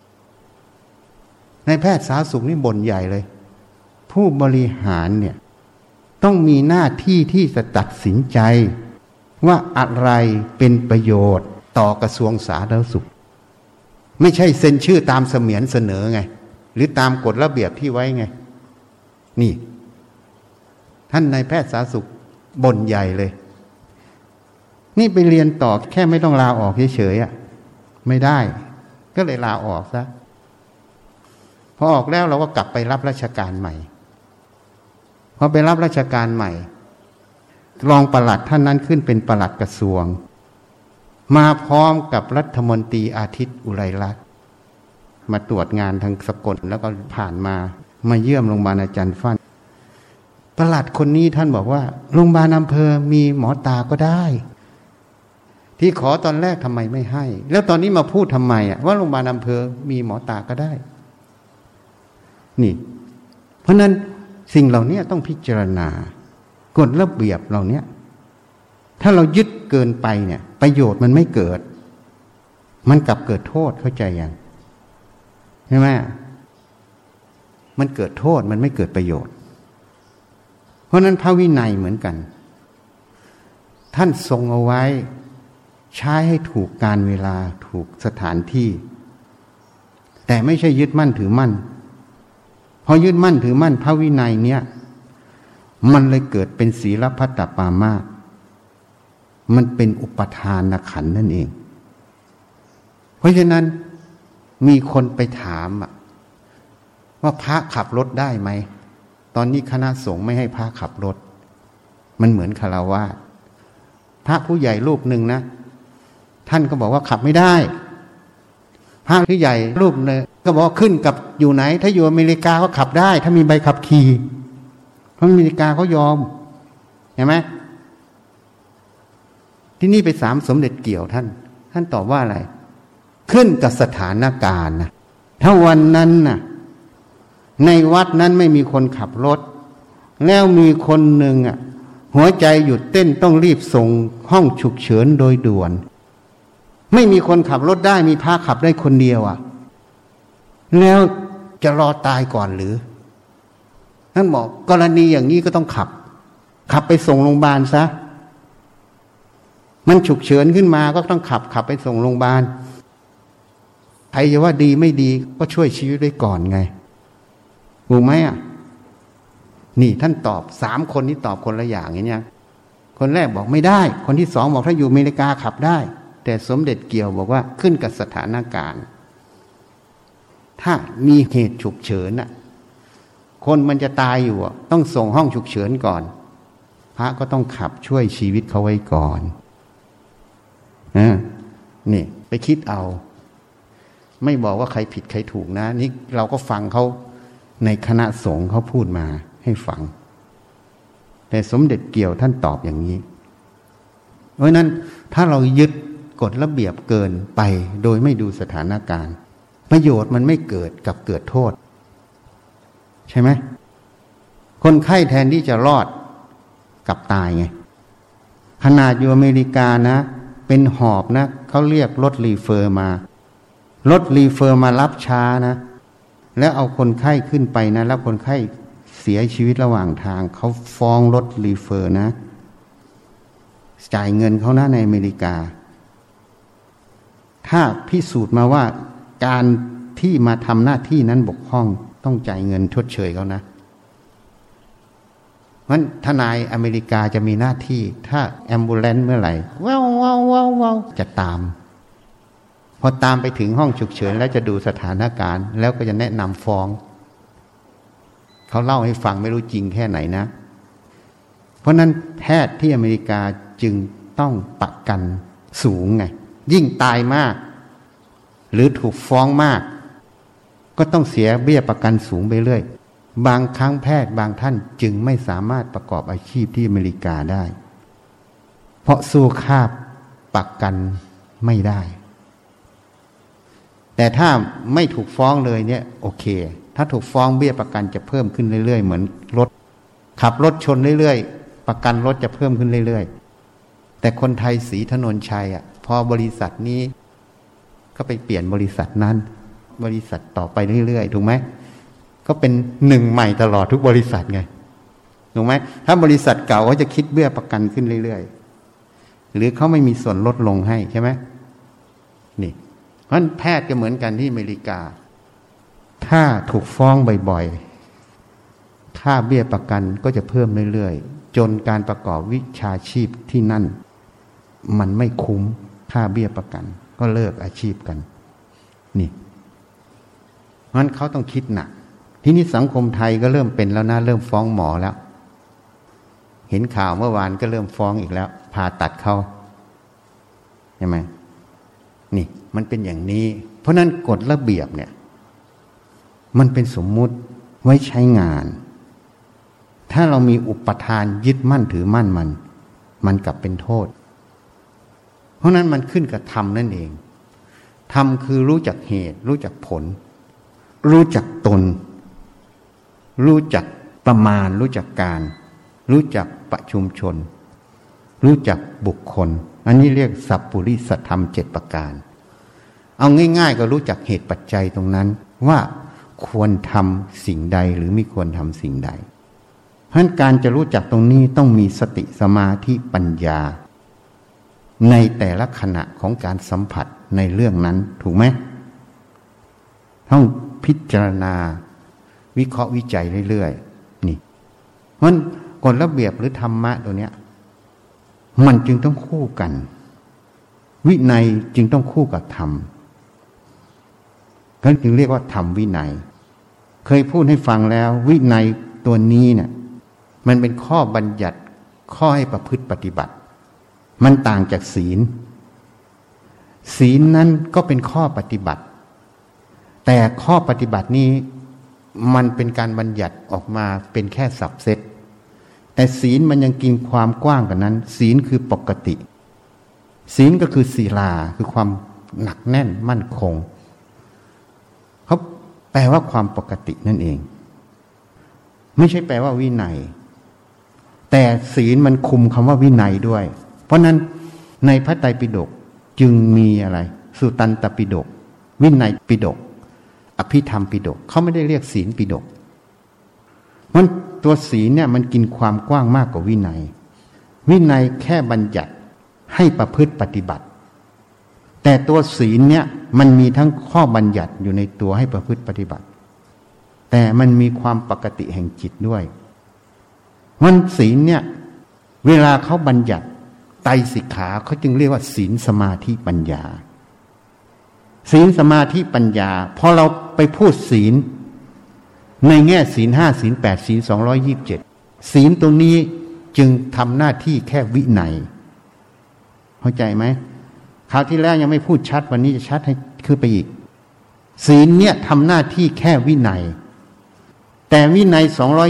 นายแพทย์สาธารณสุขนี่บ่นใหญ่เลยผู้บริหารเนี่ยต้องมีหน้าที่ที่จะตัดสินใจว่าอะไรเป็นประโยชน์ต่อกระทรวงสาธารณสุขไม่ใช่เซ็นชื่อตามเสมียนเสนอไงหรือตามกฎระเบียบที่ไว้ไงนี่ท่านนายแพทย์สาธารณสุขบ่นใหญ่เลยนี่ไปเรียนต่อแค่ไม่ต้องลาออกเฉยๆไม่ได้ก็เลยลาออกซะพอออกแล้วเราก็กลับไปรับราชการใหม่พอไปรับราชการใหม่รองปลัดท่านนั้นขึ้นเป็นปลัดกระทรวงมาพร้อมกับรัฐมนตรีอาทิตย์อุไรรัตน์มาตรวจงานทางสกลแล้วก็ผ่านมาเยี่ยมโรงพยาบาลอาจารย์ฟั่นปลัดคนนี้ท่านบอกว่าโรงพยาบาลอำเภอมีหมอตาก็ได้ที่ขอตอนแรกทำไมไม่ให้แล้วตอนนี้มาพูดทำไมว่าโรงพยาบาลอำเภอมีหมอตาก็ได้นี่เพราะนั้นสิ่งเหล่านี้ต้องพิจารณากฎระเบียบเหล่านี้ถ้าเรายึดเกินไปเนี่ยประโยชน์มันไม่เกิดมันกลับเกิดโทษเข้าใจยังใช่ไหมมันเกิดโทษมันไม่เกิดประโยชน์เพราะนั้นพระวินัยเหมือนกันท่านทรงเอาไว้ใช้ให้ถูกการเวลาถูกสถานที่แต่ไม่ใช่ยึดมั่นถือมั่นพอยึดมั่นถือมั่นพระวินัยเนี่ยมันเลยเกิดเป็นศีลพัตตปามาสมันเป็นอุปทานขันธ์นั่นเองเพราะฉะนั้นมีคนไปถามว่าพระขับรถได้ไหมตอนนี้คณะสงฆ์ไม่ให้พระขับรถมันเหมือนฆราวาสพระผู้ใหญ่รูปหนึ่งนะท่านก็บอกว่าขับไม่ได้พระผู้ใหญ่รูปนึงก็บอกขึ้นกับอยู่ไหนถ้าอยู่อเมริกาก็ขับได้ถ้ามีใบขับขี่เพราะอเมริกาเขายอมเห็นไหมที่นี่ไปถามสมเด็จเกี่ยวท่านตอบว่าอะไรขึ้นกับสถานการณ์นะถ้าวันนั้นน่ะในวัดนั้นไม่มีคนขับรถแล้วมีคนหนึ่งหัวใจหยุดเต้นต้องรีบส่งห้องฉุกเฉินโดยด่วนไม่มีคนขับรถได้มีพระขับได้คนเดียวแล้วจะรอตายก่อนหรือท่านบอกกรณีอย่างนี้ก็ต้องขับไปส่งโรงพยาบาลซะมันฉุกเฉินขึ้นมาก็ต้องขับไปส่งโรงพยาบาลใครจะว่าดีไม่ดีก็ช่วยชีวิตไว้ก่อนไงถูกไหมอ่ะนี่ท่านตอบ3 คนนี้ตอบคนละอย่างอย่างนี้คนแรกบอกไม่ได้คนที่2บอกถ้าอยู่อเมริกาขับได้แต่สมเด็จเกี่ยวบอกว่าขึ้นกับสถานการณ์ถ้ามีเหตุฉุกเฉินน่ะคนมันจะตายอยู่ต้องส่งห้องฉุกเฉินก่อนพระก็ต้องขับช่วยชีวิตเขาไว้ก่อนนี่ไปคิดเอาไม่บอกว่าใครผิดใครถูกนะนี่เราก็ฟังเขาในคณะสงฆ์เขาพูดมาให้ฟังแต่สมเด็จเกี่ยวท่านตอบอย่างนี้เพราะนั้นถ้าเรายึดกฎระเบียบเกินไปโดยไม่ดูสถานการณ์ประโยชน์มันไม่เกิดกับเกิดโทษใช่ไหมคนไข้แทนที่จะรอดกลับตายไงขนาดอยู่อเมริกานะเป็นหอบนะเขาเรียกรถรีเฟอร์มารถรีเฟอร์มารับช้านะแล้วเอาคนไข้ขึ้นไปนะแล้วคนไข้เสียชีวิตระหว่างทางเขาฟ้องรถรีเฟอร์นะจ่ายเงินเขานะในอเมริกาถ้าพิสูจน์มาว่าการที่มาทำหน้าที่นั้นบกพร่องต้องจ่ายเงินชดเชยเขานะเพราะทนายอเมริกาจะมีหน้าที่ถ้าแอมบูเลนซ์เมื่อไหร่ว้าวจะตามพอตามไปถึงห้องฉุกเฉินแล้วจะดูสถานการณ์แล้วก็จะแนะนำฟ้องเขาเล่าให้ฟังไม่รู้จริงแค่ไหนนะเพราะนั้นแพทย์ที่อเมริกาจึงต้องประกันสูงไงยิ่งตายมากหรือถูกฟ้องมากก็ต้องเสียเบี้ยประกันสูงไปเรื่อยบางครั้งแพทย์บางท่านจึงไม่สามารถประกอบอาชีพที่อเมริกาได้เพราะสู้ค่าประกันไม่ได้แต่ถ้าไม่ถูกฟ้องเลยเนี่ยโอเคถ้าถูกฟ้องเบี้ยประกันจะเพิ่มขึ้นเรื่อยๆเหมือนรถขับรถชนเรื่อยๆประกันรถจะเพิ่มขึ้นเรื่อยๆแต่คนไทยศรีถนนชัยพอบริษัทนี้ก็ไปเปลี่ยนบริษัทนั้นบริษัทต่อไปเรื่อยๆถูกไหมก็เป็น1ใหม่ตลอดทุกบริษัทไงถูกไหมถ้าบริษัทเก่าเขาจะคิดเบี้ยประกันขึ้นเรื่อยๆหรือเขาไม่มีส่วนลดลงให้ใช่ไหมนี่เพราะแพทย์ก็เหมือนกันที่อเมริกาถ้าถูกฟ้องบ่อยๆค่าเบี้ยประกันก็จะเพิ่มเรื่อยๆจนการประกอบวิชาชีพที่นั่นมันไม่คุ้มค่าเบี้ยประกันก็เลิกอาชีพกันนี่เพราะฉะนั้นเขาต้องคิดหนักทีนี้สังคมไทยก็เริ่มเป็นแล้วนะเริ่มฟ้องหมอแล้วเห็นข่าวเมื่อวานก็เริ่มฟ้องอีกแล้วผ่าตัดเขาใช่ไหมนี่มันเป็นอย่างนี้เพราะนั้นกฎระเบียบเนี่ยมันเป็นสมมุติไว้ใช้งานถ้าเรามีอุปทานยึดมั่นถือมั่นมันกลับเป็นโทษเพราะนั้นมันขึ้นกับธรรมนั่นเองธรรมคือรู้จักเหตุรู้จักผลรู้จักตนรู้จักประมาณรู้จักการรู้จักประชุมชนรู้จักบุคคลอันนี้เรียกสัพพุริสธรรม7ประการเอาง่ายๆก็รู้จักเหตุปัจจัยตรงนั้นว่าควรทำสิ่งใดหรือไม่ควรทำสิ่งใดเพราะฉะนั้นการจะรู้จักตรงนี้ต้องมีสติสมาธิปัญญาในแต่ละขณะของการสัมผัสในเรื่องนั้นถูกไหมต้องพิจารณาวิเคราะห์วิจัยเรื่อยๆนี่เพราะฉะนั้นกฎระเบียบหรือธรรมะตัวเนี้ยมันจึงต้องคู่กันวินัยจึงต้องคู่กับธรรมก็จึงเรียกว่าธรรมวินัยเคยพูดให้ฟังแล้ววินัยตัวนี้เนี่ยมันเป็นข้อบัญญัติข้อให้ประพฤติปฏิบัติมันต่างจากศีลศีลนั้นก็เป็นข้อปฏิบัติแต่ข้อปฏิบัตินี้มันเป็นการบัญญัติออกมาเป็นแค่สับเซตแต่ศีลมันยังกินความกว้างกว่านั้นศีลคือปกติศีลก็คือศีลาคือความหนักแน่นมั่นคงเขาแปลว่าความปกตินั่นเองไม่ใช่แปลว่าวินัยแต่ศีลมันคุมคำว่าวินัยด้วยเพราะนั้นในพระไตรปิฎกจึงมีอะไรสุตันตปิฎกวินัยปิฎกอภิธรรมปิฎกเขาไม่ได้เรียกศีลปิฎกมันตัวศีลเนี่ยมันกินความกว้างมากกว่าวินัยวินัยแค่บัญญัติให้ประพฤติปฏิบัติแต่ตัวศีลเนี่ยมันมีทั้งข้อบัญญัติอยู่ในตัวให้ประพฤติปฏิบัติแต่มันมีความปกติแห่งจิตด้วยมันศีลเนี่ยเวลาเขาบัญญัติไตรสิกขาเขาจึงเรียกว่าศีลสมาธิปัญญาศีลสมาธิปัญญาพอเราไปพูดศีลในแง่ศีลห้าศีลแปดศีล227ศีลตรงนี้จึงทำหน้าที่แค่วินัยเข้าใจไหมคราวที่แล้วยังไม่พูดชัดวันนี้จะชัดให้ขึ้นไปอีกศีลเนี่ยทำหน้าที่แค่วินัยแต่วินัย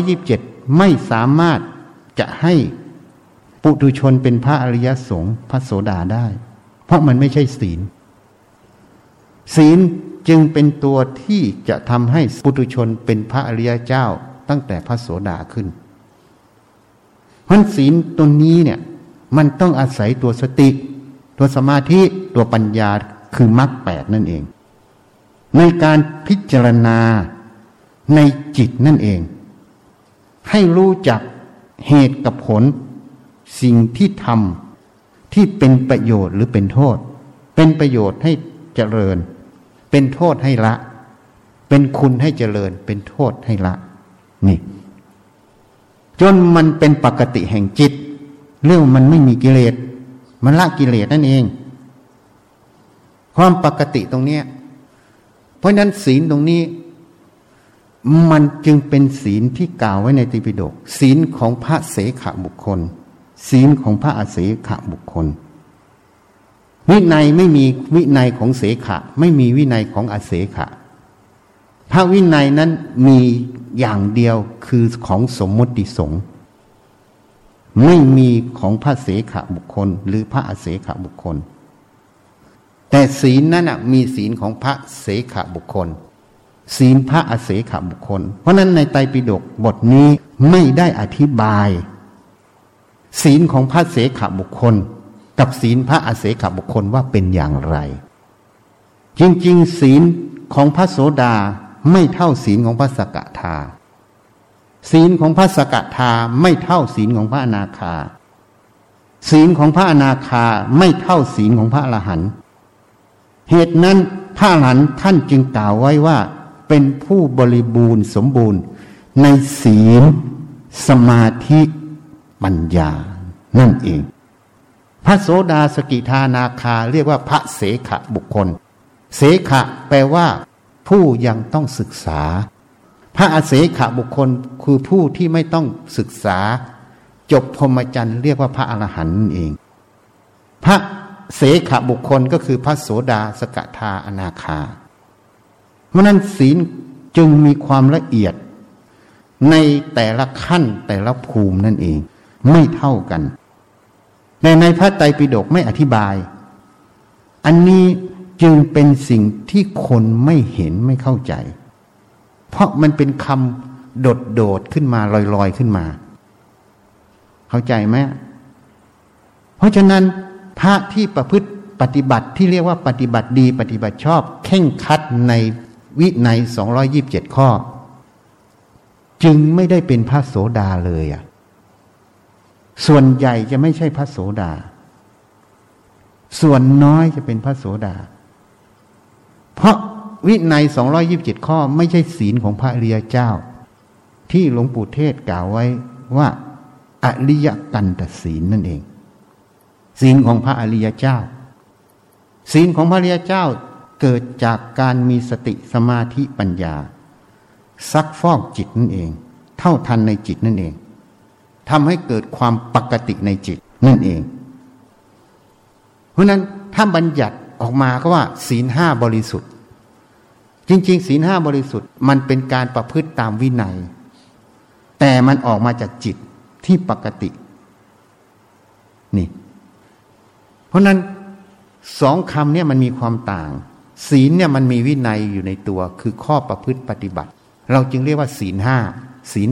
227ไม่สามารถจะให้ปุถุชนเป็นพระอริยสงฆ์พระโสดาได้เพราะมันไม่ใช่ศีลศีลจึงเป็นตัวที่จะทำให้ปุถุชนเป็นพระอริยเจ้าตั้งแต่พระโสดาขึ้นเพราะศีลตัวนี้เนี่ยมันต้องอาศัยตัวสติตัวสมาธิตัวปัญญาคือมรรค8นั่นเองในการพิจารณาในจิตนั่นเองให้รู้จักเหตุกับผลสิ่งที่ทำที่เป็นประโยชน์หรือเป็นโทษเป็นประโยชน์ให้เจริญเป็นโทษให้ละเป็นคุณให้เจริญเป็นโทษให้ละนี่จนมันเป็นปกติแห่งจิตเรื่องมันไม่มีกิเลสมันละกิเลสนั่นเองความปกติตรงเนี้ยเพราะนั้นศีลตรงนี้มันจึงเป็นศีลที่กล่าวไว้ในไตรปิฎกศีลของพระเสขบุคคลศีลของพระอเสขบุคคลวินัยไม่มีวินัยของเสขะไม่มีวินัยของอเสขะพระวินัยนั้นมีอย่างเดียวคือของสมมติสงฆ์ไม่มีของพระเสขบุคคลหรือพระอเสขบุคคลแต่ศีลนั้นมีศีลของพระเสขบุคคลศีลพระอเสขบุคคลเพราะนั้นในไตรปิฎกบทนี้ไม่ได้อธิบายศีลของพระเสขบุคคลกับศีลพระอเสขบุคคลว่าเป็นอย่างไรจริงๆศีลของพระโสดาไม่เท่าศีลของพระสกทาศีลของพระสกทาไม่เท่าศีลของพระอนาคาศีลของพระอนาคาไม่เท่าศีลของพระอรหันต์เหตุนั้นพระอรหันต์ท่านจึงกล่าวไว้ว่าเป็นผู้บริบูรณ์สมบูรณ์ในศีลสมาธิปัญญานั่นเองพระโสดาสกิทานาคาเรียกว่าพระเสขบุคคลเสขะแปลว่าผู้ยังต้องศึกษาพระอเสขบุคคลคือผู้ที่ไม่ต้องศึกษาจบพรหมจรรย์เรียกว่าพระอรหันต์นั่นเองพระเสขบุคคลก็คือพระโสดาสกทาอนาคาเพราะนั้นศีลจึงมีความละเอียดในแต่ละขั้นแต่ละภูมินั่นเองไม่เท่ากันแต่ในพระไตรปิฎกไม่อธิบายอันนี้จึงเป็นสิ่งที่คนไม่เห็นไม่เข้าใจเพราะมันเป็นคำโดดขึ้นมาลอยๆขึ้นมาเข้าใจไหมเพราะฉะนั้นพระที่ประพฤติปฏิบัติที่เรียกว่าปฏิบัติดีปฏิบัติชอบเข่งคัดในวินัย227ข้อจึงไม่ได้เป็นพระโสดาเลยส่วนใหญ่จะไม่ใช่พระโสดาส่วนน้อยจะเป็นพระโสดาเพราะวินัย227ข้อไม่ใช่ศีลของพระอริยเจ้าที่หลวงปู่เทศกล่าวไว้ว่าอริยกันตศีลนั่นเองศีลของพระอริยเจ้าศีลของพระอริยเจ้าเกิดจากการมีสติสมาธิปัญญาซักฟอกจิตนั่นเองเท่าทันในจิตนั่นเองทำให้เกิดความปกติในจิตนั่นเองเพราะนั้นถ้าบัญญัติออกมาก็ว่าศีล5บริสุทธิ์จริงๆศีล5บริสุทธิ์มันเป็นการประพฤติตามวินัยแต่มันออกมาจากจิตที่ปกตินี่เพราะนั้นสองคำเนี่ยมันมีความต่างศีลเนี่ยมันมีวินัยอยู่ในตัวคือข้อประพฤติปฏิบัติเราจึงเรียกว่าศีล5ศีล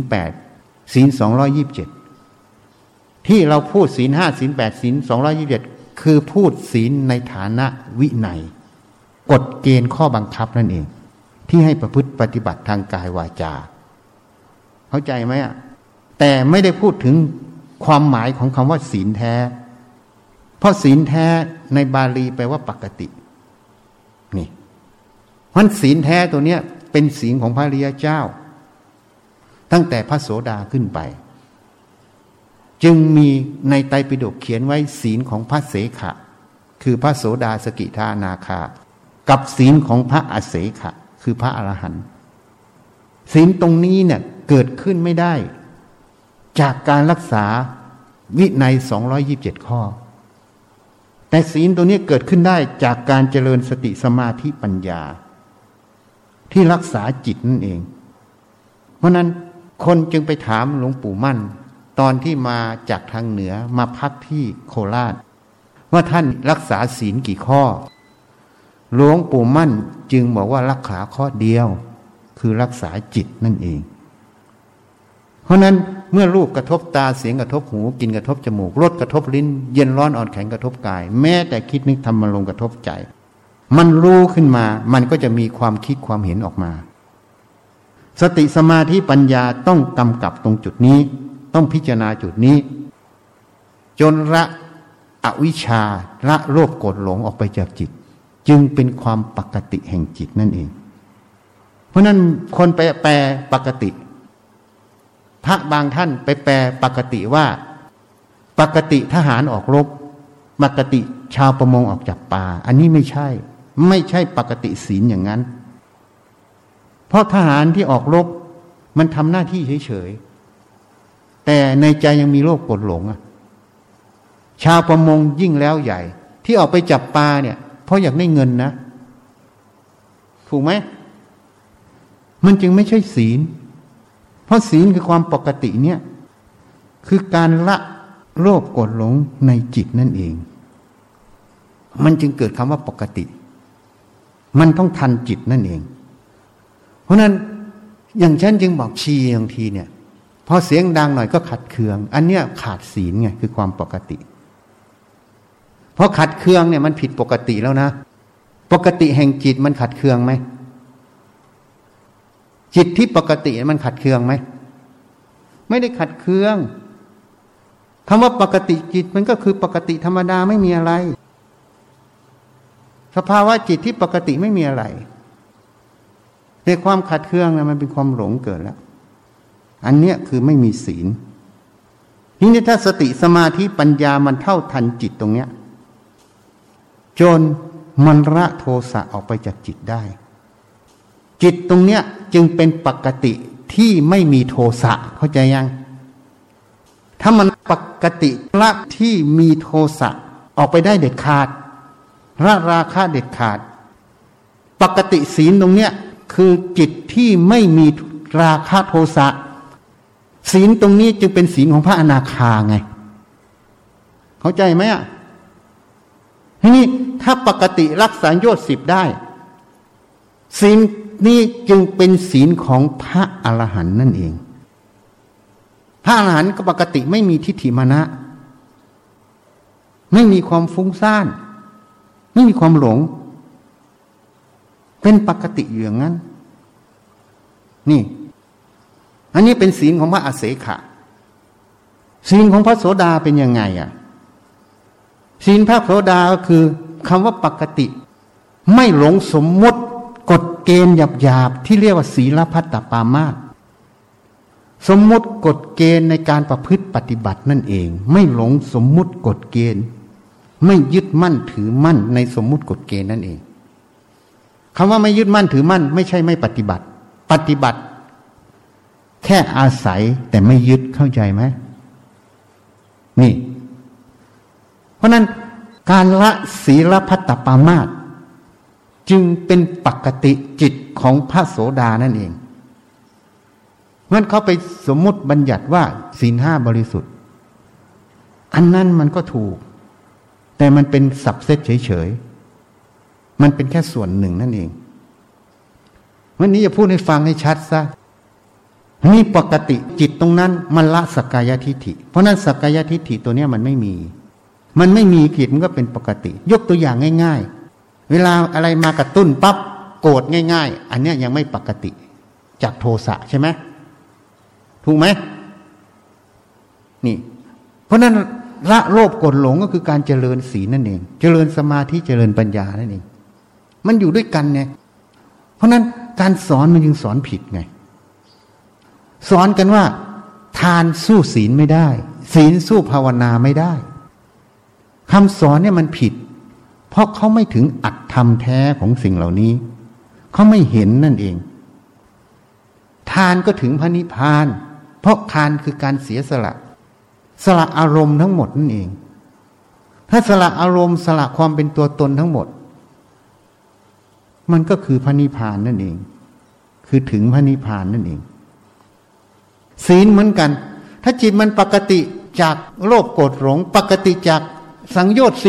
8ศีล227ที่เราพูดศีล5ศีล8ศีล227คือพูดศีลในฐานะวินัยกฎเกณฑ์ข้อบังคับนั่นเองที่ให้ประพฤติปฏิบัติทางกายวาจาเข้าใจไหมแต่ไม่ได้พูดถึงความหมายของคำว่าศีลแท้เพราะศีลแท้ในบาลีแปลว่าปกตินี่เพราะศีลแท้ตัวเนี้ยเป็นศีลของพระอริยเจ้าตั้งแต่พระโสดาขึ้นไปจึงมีในไตรปิฎกเขียนไว้ศีลของพระเสขะคือพระโสดาสกิทาอนาคากับศีลของพระอเสขะคือพระอรหันต์ศีลตรงนี้เนี่ยเกิดขึ้นไม่ได้จากการรักษาวินัย227ข้อแต่ศีลตัวนี้เกิดขึ้นได้จากการเจริญสติสมาธิปัญญาที่รักษาจิตนั่นเองเพราะนั้นคนจึงไปถามหลวงปู่มั่นตอนที่มาจากทางเหนือมาพักที่โคราชว่าท่านรักษาศีลกี่ข้อหลวงปู่มั่นจึงบอกว่ารักษาข้อเดียวคือรักษาจิตนั่นเองเพราะนั้นเมื่อรูปกระทบตาเสียงกระทบหูกลิ่นกระทบจมูกรสกระทบลิ้นเย็นร้อนอ่อนแข็งกระทบกายแม้แต่คิดนึกทำมันลงกระทบใจมันรู้ขึ้นมามันก็จะมีความคิดความเห็นออกมาสติสมาธิปัญญาต้องกำกับตรงจุดนี้ต้องพิจารณาจุดนี้จนละอวิชชาละโลภโกรธหลงออกไปจากจิตจึงเป็นความปกติแห่งจิตนั่นเองเพราะนั้นคนไปแปลปกติพระบางท่านไปแปลปกติว่าปกติทหารออกรบปกติชาวประมงออกจับปลาอันนี้ไม่ใช่ปกติศีลอย่างนั้นเพราะทหารที่ออกรบมันทำหน้าที่เฉยๆแต่ในใจยังมีโลภโกรธหลงชาวประมงยิ่งแล้วใหญ่ที่ออกไปจับปลาเนี่ยเพราะอยากได้เงินนะถูกไหมมันจึงไม่ใช่ศีลเพราะศีลคือความปกติเนี่ยคือการละโลภโกรธหลงในจิตนั่นเองมันจึงเกิดคำว่าปกติมันต้องทันจิตนั่นเองเพราะนั้นอย่างฉันจึงบอกชีบางทีเนี่ยพอเสียงดังหน่อยก็ขัดเคืองอันเนี้ยขาดศีลไงคือความปกติเพราะขัดเคืองเนี่ยมันผิดปกติแล้วนะปกติแห่งจิตมันขัดเคืองไหมจิตที่ปกติมันขัดเคืองไหมไม่ได้ขัดเคืองคำว่าปกติจิตมันก็คือปกติธรรมดาไม่มีอะไรสภาวะจิตที่ปกติไม่มีอะไรแต่ความขัดเคืองนะมันเป็นความหลงเกิดแล้วอันเนี้ยคือไม่มีศีลทีนี้ถ้าสติสมาธิปัญญามันเท่าทันจิตตรงเนี้ยจนมันละโทสะออกไปจากจิตได้จิตตรงเนี้ยจึงเป็นปกติที่ไม่มีโทสะเข้าใจยังถ้ามันปกติละที่มีโทสะออกไปได้เด็ดขาดละราคะเด็ดขาดปกติศีลตรงเนี้ยคือจิตที่ไม่มีราคะโทสะศีลตรงนี้จึงเป็นศีลของพระอนาคาไงเข้าใจไหมอ่ะทีนี้ถ้าปกติรักษาโยชน์10ได้ศีลนี่จึงเป็นศีลของพระอรหันต์นั่นเองพระอรหันต์ก็ปกติไม่มีทิฏฐิมานะไม่มีความฟุ้งซ่านไม่มีความหลงเป็นปกติอยู่อย่างนั้นนี่อันนี้เป็นศีลของพระอเสขะศีลของพระโสดาเป็นยังไงอ่ะศีลพระโสดาก็คือคำว่าปกติไม่หลงสมมติกฎเกณฑ์หยาบๆที่เรียกว่าศีลพัตตปามาสสมมุติกฎเกณฑ์ในการประพฤติปฏิบัตินั่นเองไม่หลงสมมุติกฎเกณฑ์ไม่ยึดมั่นถือมั่นในสมมุติกฎเกณฑ์นั่นเองคำว่าไม่ยึดมั่นถือมั่นไม่ใช่ไม่ปฏิบัติปฏิบัติแค่อาศัยแต่ไม่ยึดเข้าใจไหมนี่เพราะนั้นการละศีลพัตตปามาสจึงเป็นปกติจิตของพระโสดานั่นเองมันเขาไปสมมุติบัญญัติว่าศีล5บริสุทธิ์อันนั้นมันก็ถูกแต่มันเป็นสับเซตเฉยๆมันเป็นแค่ส่วนหนึ่งนั่นเองวันนี้จะพูดให้ฟังให้ชัดซะนี่ปกติจิตตรงนั้นมันละสักกายทิฏฐิเพราะนั้นสักกายทิฏฐิตัวเนี้ยมันไม่มีจิตมันก็เป็นปกติยกตัวอย่างง่ายๆเวลาอะไรมากระตุ้นปั๊บโกรธง่ายๆอันเนี้ยยังไม่ปกติจากโทสะใช่ไหมถูกไหมนี่เพราะนั้นละโลภโกรธหลงก็คือการเจริญศีลนั่นเองเจริญสมาธิเจริญปัญญานั่นเองมันอยู่ด้วยกันไงเพราะนั้นการสอนมันจึงสอนผิดไงสอนกันว่าทานสู้ศีลไม่ได้ศีลสู้ภาวนาไม่ได้คำสอนเนี่ยมันผิดเพราะเขาไม่ถึงอัตธรรมแท้ของสิ่งเหล่านี้เขาไม่เห็นนั่นเองทานก็ถึงพระนิพพานเพราะทานคือการเสียสละสละอารมณ์ทั้งหมดนั่นเองถ้าสละอารมณ์สละความเป็นตัวตนทั้งหมดมันก็คือพระนิพพานนั่นเองคือถึงพระนิพพานนั่นเองศีลเหมือนกันถ้าจิตมันปกติจากโลภโกรธหลงปกติจากสังโยชน์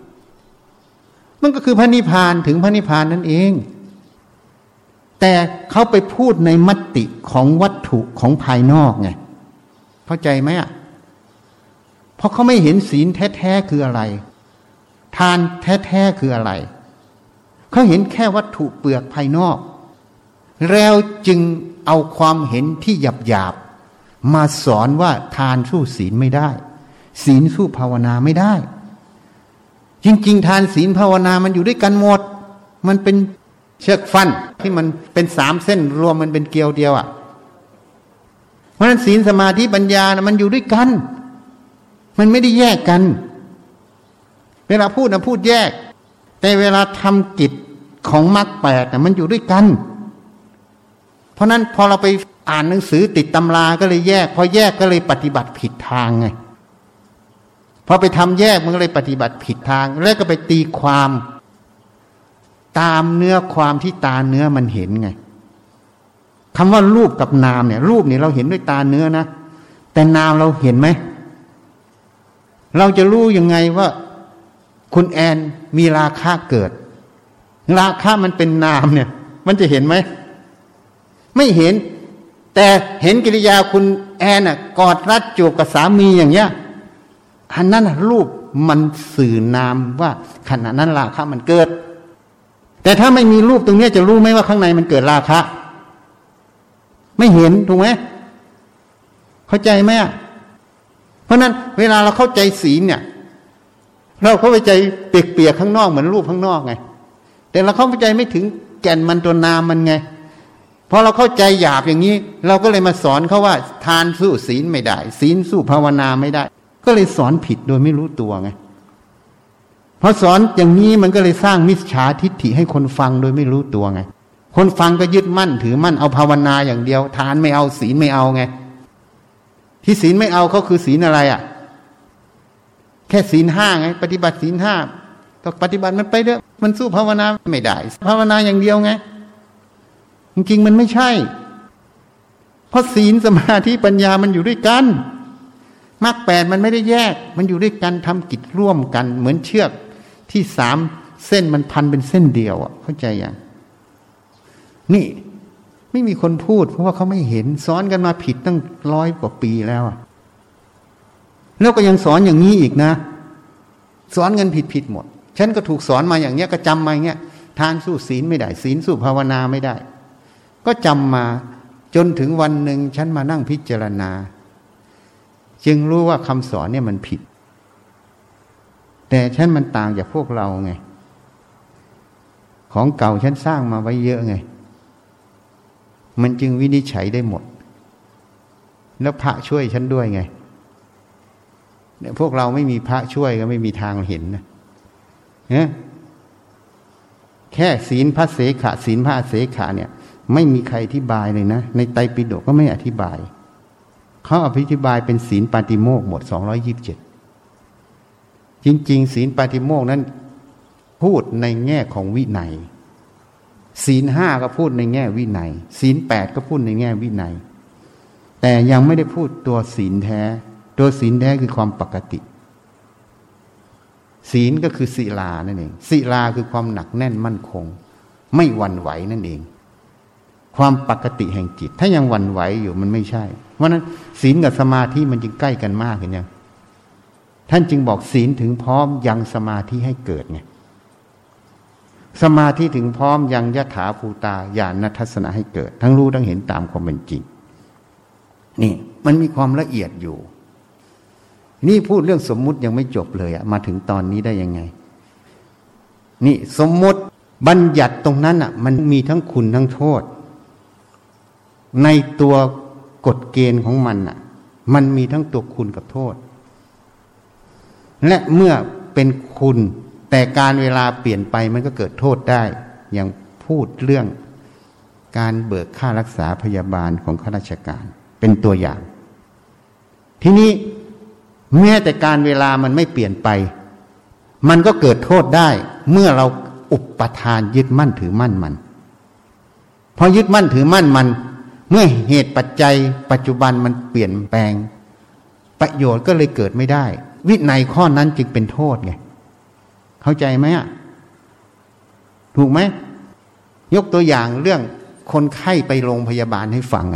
10มันก็คือพระนิพพานถึงพระนิพพานนั่นเองแต่เขาไปพูดในมติของวัตถุของภายนอกไงเข้าใจไหมอ่ะเพราะเขาไม่เห็นศีลแท้ๆคืออะไรทานแท้ๆคืออะไรเขาเห็นแค่วัตถุเปลือกภายนอกแล้วจึงเอาความเห็นที่หยาบๆมาสอนว่าทานสู้ศีลไม่ได้ศีลสู้ภาวนาไม่ได้จริงๆทานศีลภาวนามันอยู่ด้วยกันหมดมันเป็นเชือกฟันที่มันเป็น3เส้นรวมมันเป็นเกลียวเดียวอ่ะเพราะฉะนั้นศีลสมาธิปัญญานะมันอยู่ด้วยกันมันไม่ได้แยกกันเวลาพูดนะพูดแยกแต่เวลาทำกิจของมรรค8นะมันอยู่ด้วยกันเพราะนั้นพอเราไปอ่านหนังสือติดตำราก็เลยแยกพอแยกก็เลยปฏิบัติผิดทางไงพอไปทำแยกมันก็เลยปฏิบัติผิดทางแล้วก็ไปตีความตามเนื้อความที่ตาเนื้อมันเห็นไงคำว่ารูปกับนามเนี่ยรูปเนี่ยเราเห็นด้วยตาเนื้อนะแต่นามเราเห็นไหมเราจะรู้ยังไงว่าคุณแอนมีราคะเกิดราคะมันเป็นนามเนี่ยมันจะเห็นไหมไม่เห็นแต่เห็นกิริยาคุณแอนน่ะกอดรัดจูบกับสามีอย่างเงี้ยอันนั้นรูปมันสื่อนามว่าขณะนั้นราคะมันเกิดแต่ถ้าไม่มีรูปตรงนี้จะรู้ไหมว่าข้างในมันเกิดราคะไม่เห็นถูกไหมเข้าใจไหมเพราะนั้นเวลาเราเข้าใจศีลเนี่ยเราเข้าใจเปียกๆข้างนอกเหมือนรูปข้างนอกไงแต่เราเข้าใจไม่ถึงแก่นมันตัวนามมันไงพอเราเข้าใจหยาบอย่างนี้เราก็เลยมาสอนเขาว่าทานสู้ศีลไม่ได้ศีลสู้ภาวนาไม่ได้ก็เลยสอนผิดโดยไม่รู้ตัวไงพอสอนอย่างนี้มันก็เลยสร้างมิจฉาทิฏฐิให้คนฟังโดยไม่รู้ตัวไงคนฟังก็ยึดมั่นถือมั่นเอาภาวนาอย่างเดียวทานไม่เอาศีลไม่เอาไงที่ศีลไม่เอาเขาคือศีลอะไรอ่ะแค่ศีล5ไงปฏิบัติศีล5ก็ปฏิบัติมันไปเด้อมันสู้ภาวนาไม่ได้ภาวนาอย่างเดียวไงจริงๆมันไม่ใช่เพราะศีลสมาธิปัญญามันอยู่ด้วยกันมรรค8มันไม่ได้แยกมันอยู่ด้วยกันทำกิจร่วมกันเหมือนเชือกที่3เส้นมันพันเป็นเส้นเดียวอ่ะเข้าใจยังนี่ไม่มีคนพูดเพราะว่าเขาไม่เห็นสอนกันมาผิดตั้ง100 กว่าปีแล้วแล้วก็ยังสอนอย่างนี้อีกนะสอนเงินผิดหมดฉันก็ถูกสอนมาอย่างเงี้ยก็จำมาอย่างเงี้ยทานสู้ศีลไม่ได้ศีลสู้ภาวนาไม่ได้ก็จำมาจนถึงวันหนึ่งฉันมานั่งพิจารณาจึงรู้ว่าคำสอนเนี่ยมันผิดแต่ฉันมันต่างจากพวกเราไงของเก่าฉันสร้างมาไว้เยอะไงมันจึงวินิจฉัยได้หมดแล้วพระช่วยฉันด้วยไงเนี่ยพวกเราไม่มีพระช่วยก็ไม่มีทางเห็นนะแค่ศีลพระเสขะศีลพระเสขะเนี่ยไม่มีใครอธิบายเลยนะในไตรปิฎกก็ไม่อธิบายเขาอธิบายเป็นศีลปาติโมกข์หมด227จริงๆศีลปาติโมกข์นั้นพูดในแง่ของวินัยศีล5ก็พูดในแง่วินัยศีล8ก็พูดในแง่วินัยแต่ยังไม่ได้พูดตัวศีลแท้ตัวศีลแท้คือความปกติศีลก็คือศีลานั่นเองศีลาคือความหนักแน่นมั่นคงไม่หวั่นไหวนั่นเองความปกติแห่งจิตถ้ายังหวั่นไหวอยู่มันไม่ใช่เพราะนั้นศีลกับสมาธิมันจึงใกล้กันมากเห็นยังท่านจึงบอกศีลถึงพร้อมยังสมาธิให้เกิดไงสมาธิถึงพร้อมยังยถาภูตาญาณทัศนะให้เกิดทั้งรู้ทั้งเห็นตามความเป็นจริงนี่มันมีความละเอียดอยู่นี่พูดเรื่องสมมุติยังไม่จบเลยมาถึงตอนนี้ได้ยังไงนี่สมมติบัญญัติตรงนั้นมันมีทั้งคุณทั้งโทษในตัวกฎเกณฑ์ของมันมันมีทั้งตัวคุณกับโทษและเมื่อเป็นคุณแต่การเวลาเปลี่ยนไปมันก็เกิดโทษได้อย่างพูดเรื่องการเบิกค่ารักษาพยาบาลของข้าราชการเป็นตัวอย่างทีนี้แม้แต่การเวลามันไม่เปลี่ยนไปมันก็เกิดโทษได้เมื่อเราอุปทานยึดมั่นถือมั่นมันพอยึดมั่นถือมั่นมันเมื่อเหตุปัจจัยปัจจุบันมันเปลี่ยนแปลงประโยชน์ก็เลยเกิดไม่ได้วินัยข้อนั้นจึงเป็นโทษไงเข้าใจไหมถูกไหมยกตัวอย่างเรื่องคนไข้ไปโรงพยาบาลให้ฟัง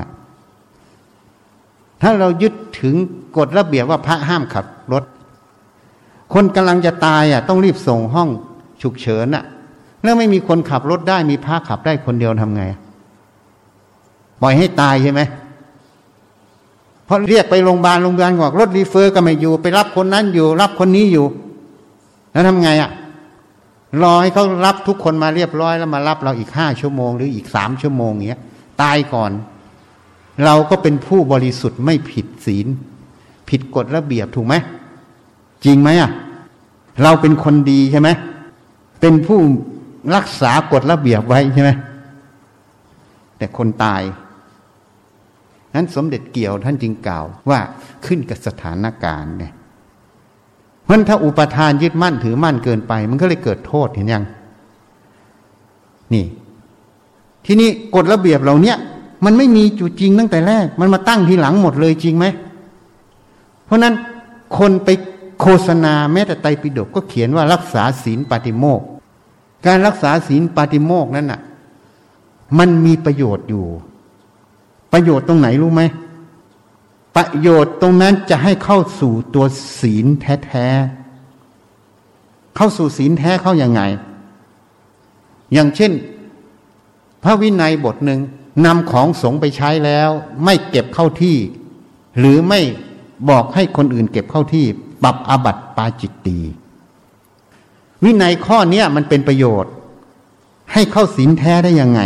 ถ้าเรายึดถึงกฎระเบียบว่าพระห้ามขับรถคนกำลังจะตายต้องรีบส่งห้องฉุกเฉินแล้วไม่มีคนขับรถได้มีพระขับได้คนเดียวทำไงปล่อยให้ตายใช่ไหมเพราะเรียกไปโรงพยาบาลบอกรถรีเฟอร์ก็ไม่อยู่ไปรับคนนั้นอยู่รับคนนี้อยู่แล้วทำไงรอให้เขารับทุกคนมาเรียบร้อยแล้วมารับเราอีก5 ชั่วโมงหรืออีก3 ชั่วโมงเงี้ยตายก่อนเราก็เป็นผู้บริสุทธิ์ไม่ผิดศีลผิดกฎระเบียบถูกไหมจริงไหมเราเป็นคนดีใช่ไหมเป็นผู้รักษากฎระเบียบไว้ใช่ไหมแต่คนตายนั้นสมเด็จเกี่ยวท่านจึงกล่าวว่าขึ้นกับสถานการณ์เนี่ยเพราะถ้าอุปทานยึดมั่นถือมั่นเกินไปมันก็เลยเกิดโทษเห็นยังนี่ที่นี่กฎระเบียบเหล่านี้มันไม่มีอยู่จริงตั้งแต่แรกมันมาตั้งทีหลังหมดเลยจริงไหมเพราะนั้นคนไปโฆษณาแม้แต่ไตรปิฎกก็เขียนว่ารักษาศีลปาติโมกข์การรักษาศีลปาติโมกข์นั้นมันมีประโยชน์อยู่ประโยชน์ตรงไหนรู้ไหมประโยชน์ตรงนั้นจะให้เข้าสู่ตัวศีลแท้ๆเข้าสู่ศีลแท้เข้ายังไงอย่างเช่นพระวินัยบทหนึ่งนำของสงฆ์ไปใช้แล้วไม่เก็บเข้าที่หรือไม่บอกให้คนอื่นเก็บเข้าที่ปรับอาบัติปาจิตตีวินัยข้อนี้มันเป็นประโยชน์ให้เข้าศีลแท้ได้ยังไง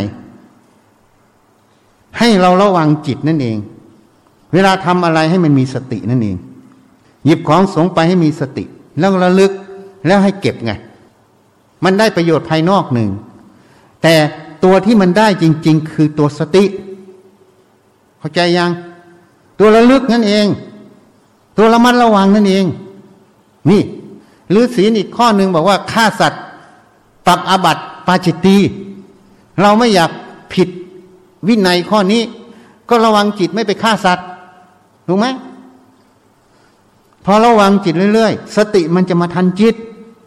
ให้เราระวังจิตนั่นเองเวลาทำอะไรให้มันมีสตินั่นเองหยิบของสงฆ์ไปให้มีสติแล้วระลึกแล้วให้เก็บไงมันได้ประโยชน์ภายนอกหนึ่งแต่ตัวที่มันได้จริงๆคือตัวสติเข้าใจยังตัวระลึกนั่นเองตัวระมัดระวังนั่นเองนี่หรือศีลอีกข้อหนึ่งบอกว่าฆ่าสัตว์ปรับอาบัติปาจิตตีเราไม่อยากผิดวินัยข้อนี้ก็ระวังจิตไม่ไปฆ่าสัตว์ถูกไหมพอระวังจิตเรื่อยๆสติมันจะมาทันจิต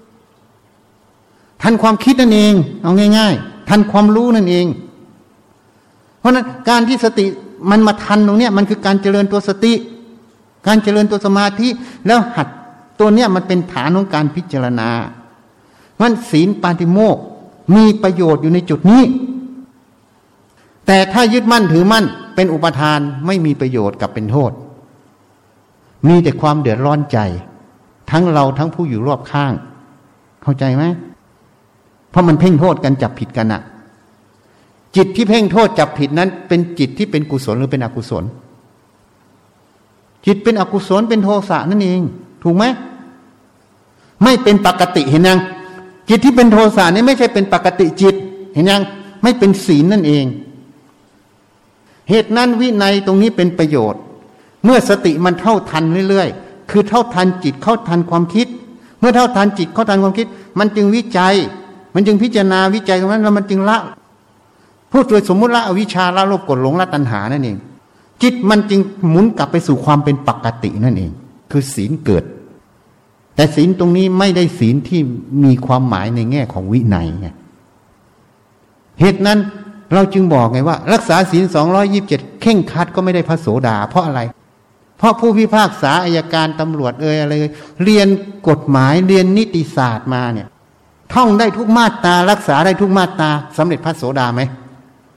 ทันความคิดนั่นเองเอาง่ายๆทันความรู้นั่นเองเพราะนั้นการที่สติมันมาทันตรงเนี้ยมันคือการเจริญตัวสติการเจริญตัวสมาธิแล้วหัดตัวเนี้ยมันเป็นฐานของการพิจารณามันศีลปาติโมกข์มีประโยชน์อยู่ในจุดนี้แต่ถ้ายึดมั่นถือมั่นเป็นอุปทานไม่มีประโยชน์กับเป็นโทษมีแต่ความเดือดร้อนใจทั้งเราทั้งผู้อยู่รอบข้างเข้าใจไหมเพราะมันเพ่งโทษกันจับผิดกันจิตที่เพ่งโทษจับผิดนั้นเป็นจิตที่เป็นกุศลหรือเป็นอกุศลจิตเป็นอกุศลเป็นโทสะนั่นเองถูกไหมไม่เป็นปกติเห็นยังจิตที่เป็นโทสะนี่ไม่ใช่เป็นปกติจิตเห็นยังไม่เป็นศีลนั่นเองเหตุนั้นวินัยตรงนี้เป็นประโยชน์เมื่อสติมันเท่าทันเรื่อยๆคือเท่าทันจิตเข้าทันความคิดเมื่อเท่าทันจิตเข้าทันความคิดมันจึงวิจัยมันจึงพิจารณาวิจัยตรงนั้นแล้วมันจึงละพูดโดยสมมุติละอวิชชาละโลภโกรธหลงละตัณหานั่นเองจิตมันจึงหมุนกลับไปสู่ความเป็นปกตินั่นเองคือศีลเกิดแต่ศีลตรงนี้ไม่ได้ศีลที่มีความหมายในแง่ของวินัยไงเหตุนั้นเราจึงบอกไงว่ารักษาศีล227เข่งครัดก็ไม่ได้พระโสดาเพราะอะไรเพราะผู้พิพากษาอัยการตำรวจอะไรเรียนกฎหมายเรียนนิติศาสตร์มาเนี่ยท่องได้ทุกมาตรารักษาได้ทุกมาตราสำเร็จพระโสดาไหม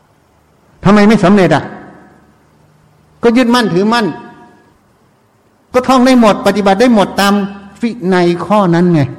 ทำไมไม่สำเร็จก็ยึดมั่นถือมั่นก็ก็ท่องได้หมดปฏิบัติได้หมดตามวินัยข้อนั้นไง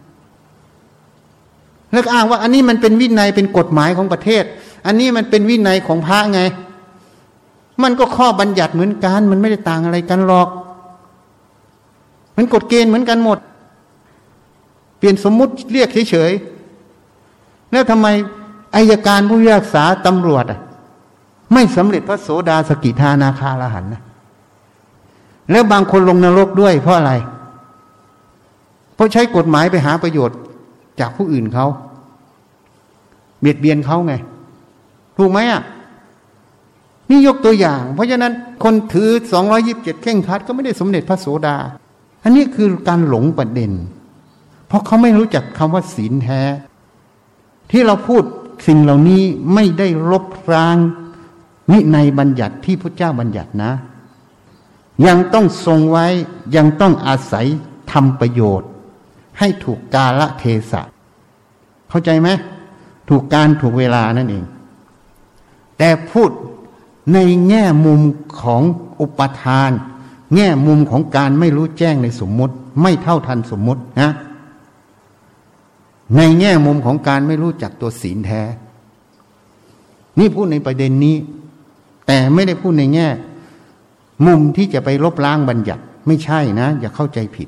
แล้วก็อ้างว่าอันนี้มันเป็นวินัยเป็นกฎหมายของประเทศอันนี้มันเป็นวินัยของพระไงมันก็ข้อบัญญัติเหมือนกันมันไม่ได้ต่างอะไรกันหรอกมันกฎเกณฑ์เหมือนกันหมดเปลี่ยนสมมุติเรียกเฉยๆแล้วทำไมอัยการผู้พิพากษาตำรวจไม่สำเร็จพระโสดาสกิทานาคาอรหันต์นะแล้วบางคนลงนรกด้วยเพราะอะไรเพราะใช้กฎหมายไปหาประโยชน์จากผู้อื่นเขาเบียดเบียนเขาไงถูกไหมนี่ยกตัวอย่างเพราะฉะนั้นคนถือ227เคร่งครัดก็ไม่ได้สำเร็จพระโสดาอันนี้คือการหลงประเด็นเพราะเขาไม่รู้จักคำว่าศีลแท้ที่เราพูดสิ่งเหล่านี้ไม่ได้ลบล้างวินัยบัญญัติที่พระเจ้าบัญญัตินะยังต้องทรงไว้ยังต้องอาศัยทำประโยชน์ให้ถูกกาลเทศะเข้าใจไหมถูกการถูกเวลานั่นเองแต่พูดในแง่มุมของอุปทานแง่มุมของการไม่รู้แจ้งในสมมุติไม่เท่าทันสมมุตินะในแง่มุมของการไม่รู้จักตัวศีลแท้นี่พูดในประเด็นนี้แต่ไม่ได้พูดในแง่มุมที่จะไปลบล้างบัญญัติไม่ใช่นะอย่าเข้าใจผิด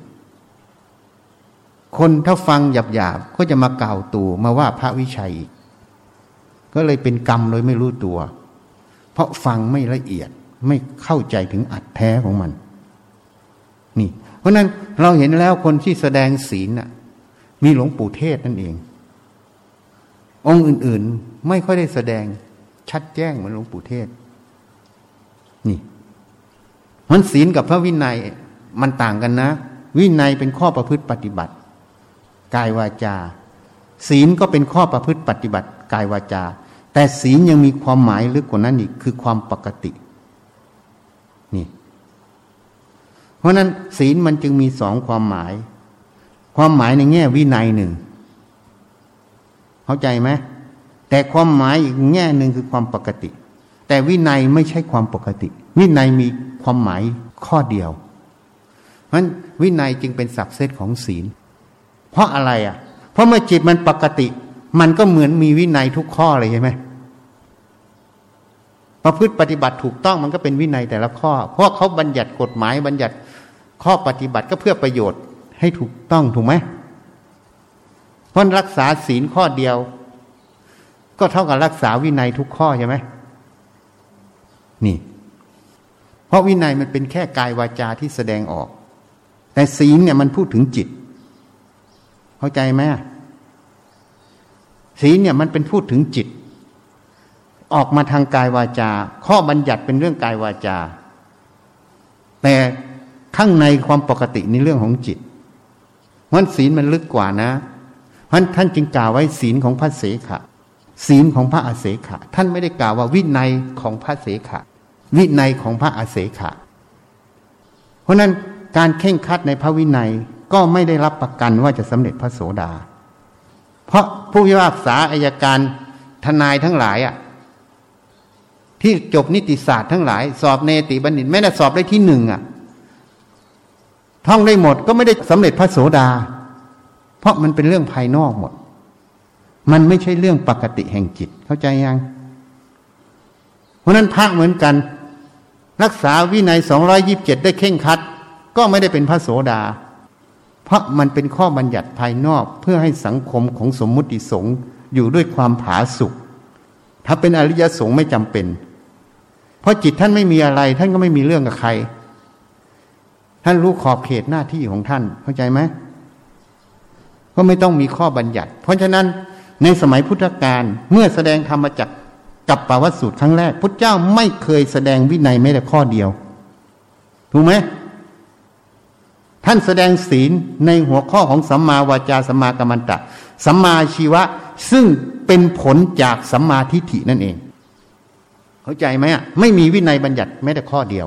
คนถ้าฟังหยาบๆก็จะมากล่าวตู่มาว่าพระวิชัยอีกก็เลยเป็นกรรมโดยไม่รู้ตัวเพราะฟังไม่ละเอียดไม่เข้าใจถึงอัตแท้ของมันนี่เพราะนั้นเราเห็นแล้วคนที่แสดงศีลน่ะมีหลวงปู่เทศนั่นเององค์อื่นๆไม่ค่อยได้แสดงชัดแจ้งเหมือนหลวงปู่เทศนี่มันศีลกับพระวินัยมันต่างกันนะวินัยเป็นข้อประพฤติปฏิบัติกายวาจาศีลก็เป็นข้อประพฤติปฏิบัติกายวาจาแต่ศีลยังมีความหมายลึกกว่านั้นอีกคือความปกตินี่เพราะนั้นศีลมันจึงมีสองความหมายความหมายในแง่วินัยหนึ่งเข้าใจไหมแต่ความหมายอีกแง่หนึ่งคือความปกติแต่วินัยไม่ใช่ความปกติวินัยมีความหมายข้อเดียวเพราะฉะนั้นวินัยจึงเป็นสับเซตของศีลเพราะอะไรเพราะเมื่อจิตมันปกติมันก็เหมือนมีวินัยทุกข้อเลยใช่ไหมประพฤติปฏิบัติถูกต้องมันก็เป็นวินัยแต่ละข้อเพราะเขาบัญญัติกฎหมายบัญญัติข้อปฏิบัติก็เพื่อประโยชน์ให้ถูกต้องถูกไหมเพราะรักษาศีลข้อเดียวก็เท่ากับรักษาวินัยทุกข้อใช่ไหมนี่เพราะวินัยมันเป็นแค่กายวาจาที่แสดงออกแต่ศีลเนี่ยมันพูดถึงจิตเข้าใจไหมศีลเนี่ยมันเป็นพูดถึงจิตออกมาทางกายวาจาข้อบัญญัติเป็นเรื่องกายวาจาแต่ข้างในความปกติในเรื่องของจิตเพราะศีลมันลึกกว่านะเพราะท่านจึงกล่าวไว้ศีลของพระเสขะศีลของพระอเสขะท่านไม่ได้กล่าวว่าวินัยของพระเสขะวินัยของพระอเสขะเพราะนั้นการเคร่งครัดในพระวินัยก็ไม่ได้รับประกันว่าจะสำเร็จพระโสดาเพราะผู้พิพากษาอัยการทนายทั้งหลายที่จบนิติศาสตร์ทั้งหลายสอบเนติบัณฑิตแม้แต่สอบได้ที่หนึ่งท่องได้หมดก็ไม่ได้สำเร็จพระโสดาเพราะมันเป็นเรื่องภายนอกหมดมันไม่ใช่เรื่องปกติแห่งจิตเข้าใจยังเพราะนั้นพระเหมือนกันรักษาวินัย227ได้เคร่งครัดก็ไม่ได้เป็นพระโสดาเพราะมันเป็นข้อบัญญัติภายนอกเพื่อให้สังคมของสมมุติสงฆ์อยู่ด้วยความผาสุกถ้าเป็นอริยสงฆ์ไม่จำเป็นเพราะจิตท่านไม่มีอะไรท่านก็ไม่มีเรื่องกับใครท่านรู้ขอบเขตหน้าที่ของท่านเข้าใจไหมก็ไม่ต้องมีข้อบัญญัติเพราะฉะนั้นในสมัยพุทธกาลเมื่อแสดงธรรมจักรกับปวัตสูตรครั้งแรกพุทธเจ้าไม่เคยแสดงวินัยแม้แต่ข้อเดียวถูกไหมท่านแสดงศีลในหัวข้อของสัมมาวาจาสัมมากัมมันตะสัมมาชีวะซึ่งเป็นผลจากสัมมาทิฏฐินั่นเองเข้าใจไหมไม่มีวินัยบัญญัติแม้แต่ข้อเดียว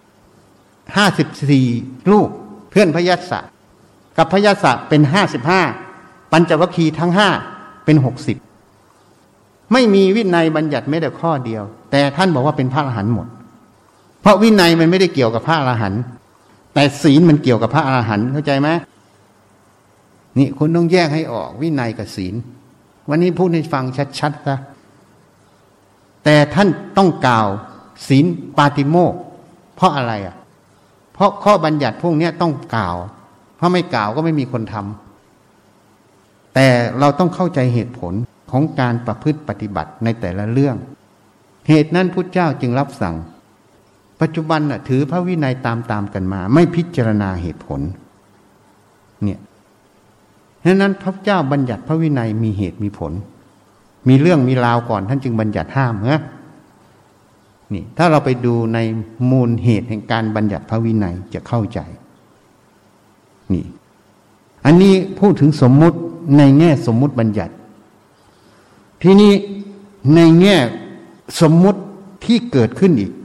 54รูปเพื่อนพยัสสะกับพยัสสะเป็น55ปัญจวัคคีย์ทั้ง5เป็น60ไม่มีวินัยบัญญัติแม้แต่ข้อเดียวแต่ท่านบอกว่าเป็นพระอรหันต์หมดเพราะวินัยมันไม่ได้เกี่ยวกับพระอรหันต์แต่ศีลมันเกี่ยวกับพระอรหันต์เข้าใจไหมนี่คุณต้องแยกให้ออกวินัยกับศีลวันนี้พูดให้ฟังชัดๆซะแต่ท่านต้องกล่าวศีลปาติโมกข์เพราะอะไรอ่ะเพราะข้อบัญญัติพวกนี้ต้องกล่าวเพราะไม่กล่าวก็ไม่มีคนทำแต่เราต้องเข้าใจเหตุผลของการประพฤติปฏิบัติในแต่ละเรื่องเหตุนั้นพุทธเจ้าจึงรับสั่งปัจจุบันน่ะถือพระวินัยตามกันมาไม่พิจารณาเหตุผลเนี่ยฉะนั้นพระเจ้าบัญญัติพระวินัยมีเหตุมีผลมีเรื่องมีราวก่อนท่านจึงบัญญัติห้ามนี่ถ้าเราไปดูในมูลเหตุแห่งการบัญญัติพระวินัยจะเข้าใจนี่อันนี้พูดถึงสมมุติในแง่สมมุติบัญญัติทีนี้ในแง่สมมุติที่เกิดขึ้นอีก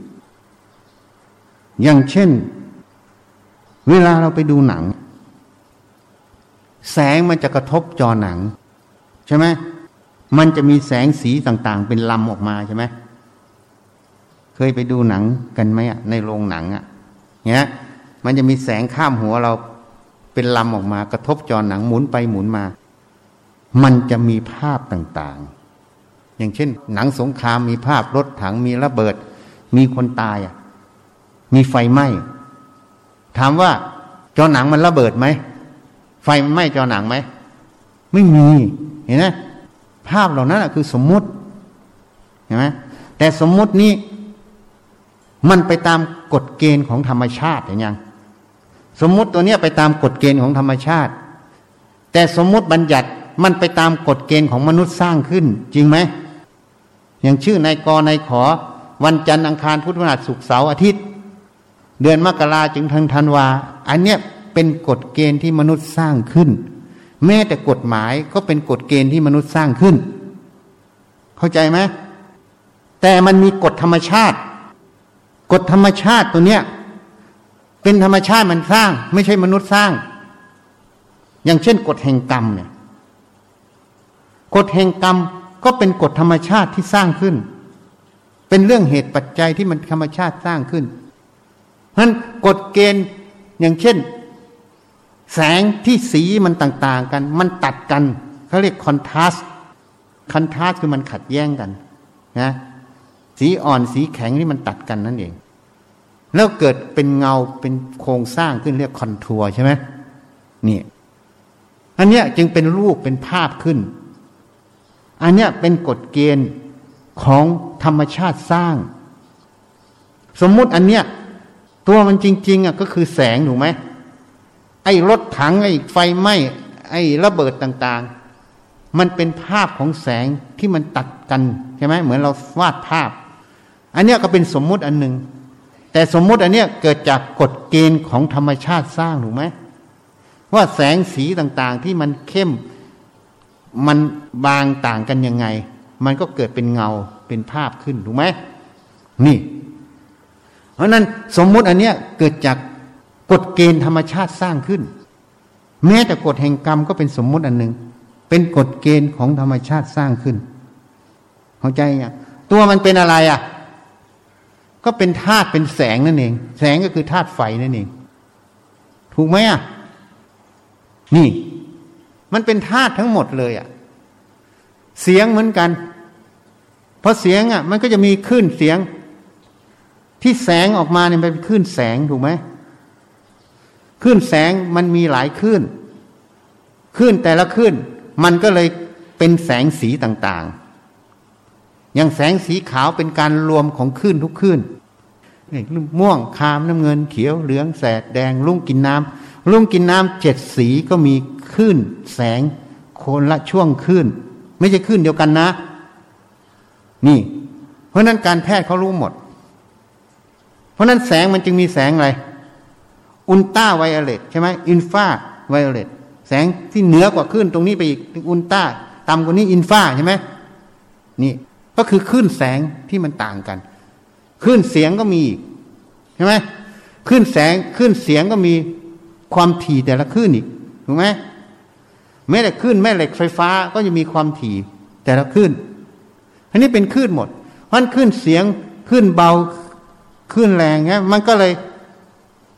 อย่างเช่นเวลาเราไปดูหนังแสงมันจะกระทบจอหนังใช่ไหมมันจะมีแสงสีต่างๆเป็นลำออกมาใช่ไหมเคยไปดูหนังกันไหมในโรงหนังเนี่ยมันจะมีแสงข้ามหัวเราเป็นลำออกมากระทบจอหนังหมุนไปหมุนมามันจะมีภาพต่างๆอย่างเช่นหนังสงครามมีภาพรถถังมีระเบิดมีคนตายมีไฟไหม้ถามว่าจอหนังมันระเบิดไหมไฟมันไหม้จอหนังไหมไม่มีเห็นไหมภาพเหล่านั้นคือสมมุติเห็นไหมแต่สมมุตินี้มันไปตามกฎเกณฑ์ของธรรมชาติอย่างสมมุติตัวนี้ไปตามกฎเกณฑ์ของธรรมชาติแต่สมมุติบัญญัติมันไปตามกฎเกณฑ์ของมนุษย์สร้างขึ้นจริงไหมอย่างชื่อนายกนายขอวันจันทร์อังคารพุธพฤหัสศุกร์เสาร์อาทิตย์เดือนมกราจึงถึงธันวาอันเนี้ยเป็นกฎเกณฑ์ที่มนุษย์สร้างขึ้นแม้แต่กฎหมายก็เป็นกฎเกณฑ์ที่มนุษย์สร้างขึ้นเข้าใจไหมแต่มันมีกฎธรรมชาติกฎธรรมชาติตัวเนี้ยเป็นธรรมชาติมันสร้างไม่ใช่มนุษย์สร้างอย่างเช่นกฎแห่งกรรมเนี่ยกฎแห่งกรรมก็เป็นกฎธรรมชาติที่สร้างขึ้นเป็นเรื่องเหตุปัจจัยที่มันธรรมชาติสร้างขึ้นเพราะฉะนั้นกฎเกณฑ์อย่างเช่นแสงที่สีมันต่างๆกันมันตัดกันเขาเรียกคอนทราสต์คือมันขัดแย้งกันนะสีอ่อนสีแข็งนี่มันตัดกันนั่นเองแล้วเกิดเป็นเงาเป็นโครงสร้างขึ้นเรียกคอนทัวร์ใช่ไหมนี่อันเนี้ยจึงเป็นรูปเป็นภาพขึ้นอันเนี้ยเป็นกฎเกณฑ์ของธรรมชาติสร้างสมมุติอันเนี้ยตัวมันจริงๆก็คือแสงถูกไหมไอ้รถถังไอ้ไฟไหม้ไอ้ระเบิดต่างๆมันเป็นภาพของแสงที่มันตัดกันใช่ไหมเหมือนเราวาดภาพอันเนี้ยก็เป็นสมมุติอันหนึ่งแต่สมมุติอันเนี้ยเกิดจากกฎเกณฑ์ของธรรมชาติสร้างถูกไหมว่าแสงสีต่างๆที่มันเข้มมันบางต่างกันยังไงมันก็เกิดเป็นเงาเป็นภาพขึ้นถูกไหมนี่เพราะนั้นสมมุติอันเนี้ยเกิดจากกฎเกณฑ์ธรรมชาติสร้างขึ้นแม้แต่กฎแห่งกรรมก็เป็นสมมุติอันหนึ่งเป็นกฎเกณฑ์ของธรรมชาติสร้างขึ้นเข้าใจยังตัวมันเป็นอะไรก็เป็นธาตุเป็นแสงนั่นเองแสงก็คือธาตุไฟนั่นเองถูกไหมนี่มันเป็นธาตุทั้งหมดเลยเสียงเหมือนกันเพราะเสียงมันก็จะมีคลื่นเสียงที่แสงออกมาเนี่ยเป็นคลื่นแสงถูกไหมคลื่นแสงมันมีหลายคลื่นคลื่นแต่ละคลื่นมันก็เลยเป็นแสงสีต่างๆอย่างแสงสีขาวเป็นการรวมของคลื่นทุกคลื่นม่วงคามน้ำเงินเขียวเหลืองแสดแดงลุ่งกินน้ำ7สีก็มีคลื่นแสงคนละช่วงคลื่นไม่ใช่คลื่นเดียวกันนะนี่เพราะนั้นการแพทย์เขารู้หมดเพราะนั้นแสงมันจึงมีแสงอะไรอุลตราไวโอเลตใช่ไหมอินฟราไวโอเลตแสงที่เหนือกว่าคลื่นตรงนี้ไปอีกอุลตราต่ำกว่านี้อินฟราใช่ไหมนี่ก็คือคลื่นแสงที่มันต่างกันคลื่นเสียงก็มีอีกใช่ไหมคลื่นแสงคลื่นเสียงก็มีความถี่แต่ละคลื่นอีกถูกไหมแม้แต่คลื่นแม่เหล็กไฟฟ้าก็จะมีความถี่แต่ละคลื่นอันนี้เป็นคลื่นหมดเพราะคลื่นเสียงคลื่นเบาคลื่นแรงเนี่ยมันก็เลย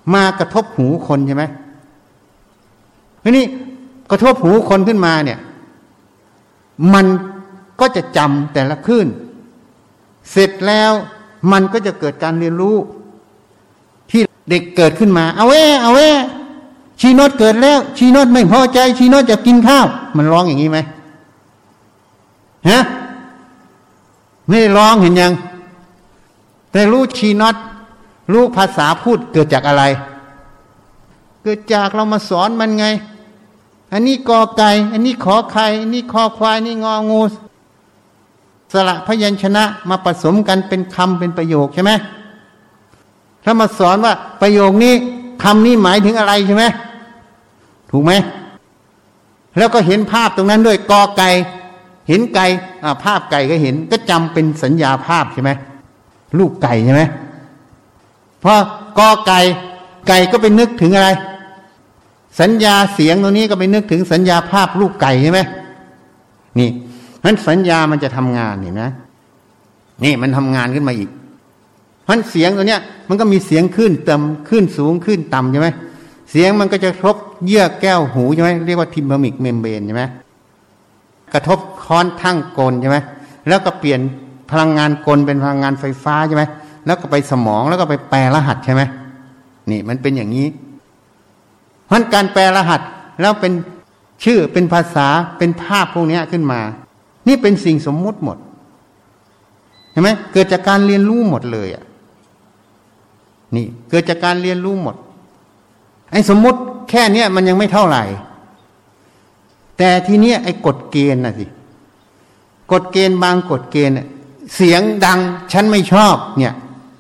มากระทบหูคนใช่ไหมทีนี้กระทบหูคนขึ้นมาเนี่ยมันก็จะจำแต่ละคลื่นเสร็จแล้วมันก็จะเกิดการเรียนรู้ที่เด็กเกิดขึ้นมาเอาเว้ชีโนดเกิดแล้วชีโนดไม่พอใจชีโนดจะกินข้าวมันร้องอย่างนี้ไหมฮะไม่ได้ร้องเห็นยังแต่รู้ชีโนดรู้ภาษาพูดเกิดจากอะไรเกิดจากเรามาสอนมันไงอันนี้กอไก่อันนี้ขอไข่อันนี้คอควายนี่งองูสระพยัญชนะมาผสมกันเป็นคำเป็นประโยคใช่ไหมถ้ามาสอนว่าประโยคนี้คำนี้หมายถึงอะไรใช่ไหมถูกไหมแล้วก็เห็นภาพตรงนั้นด้วยกอไก่เห็นไก่ภาพไก่ก็เห็นก็จำเป็นสัญญาภาพใช่ไหมลูกไก่ใช่ไหมพอกอไก่ไก่ก็ไปนึกถึงอะไรสัญญาเสียงตรงนี้ก็ไปนึกถึงสัญญาภาพลูกไก่ใช่ไหมนี่นั้นสัญญามันจะทำงานเห็นไหมนี่มันทำงานขึ้นมาอีกเพราะเสียงตัวเนี้ยมันก็มีเสียงขึ้นต่ำขึ้นสูงขึ้นต่ำใช่ไหมเสียงมันก็จะกระทบเยื่อแก้วหูใช่ไหมเรียกว่าทิมบามิกเมมเบรนใช่ไหมกระทบค้อนทั้งกลใช่ไหมแล้วก็เปลี่ยนพลังงานกลเป็นพลังงานไฟฟ้าใช่ไหมแล้วก็ไปสมองแล้วก็ไปแปลรหัสใช่ไหมนี่มันเป็นอย่างนี้เพราะการแปลรหัสแล้วเป็นชื่อเป็นภาษาเป็นภาพพวกนี้ขึ้นมานี่เป็นสิ่งสมมุติหมดเห็นไหมเกิดจากการเรียนรู้หมดเลยอ่ะนี่เกิดจากการเรียนรู้หมดไอ้สมมุติแค่เนี้ยมันยังไม่เท่าไหร่แต่ทีเนี้ยไอ้กฎเกณฑ์น่ะสิกฎเกณฑ์บางกฎเกณฑ์เสียงดังฉันไม่ชอบเนี่ย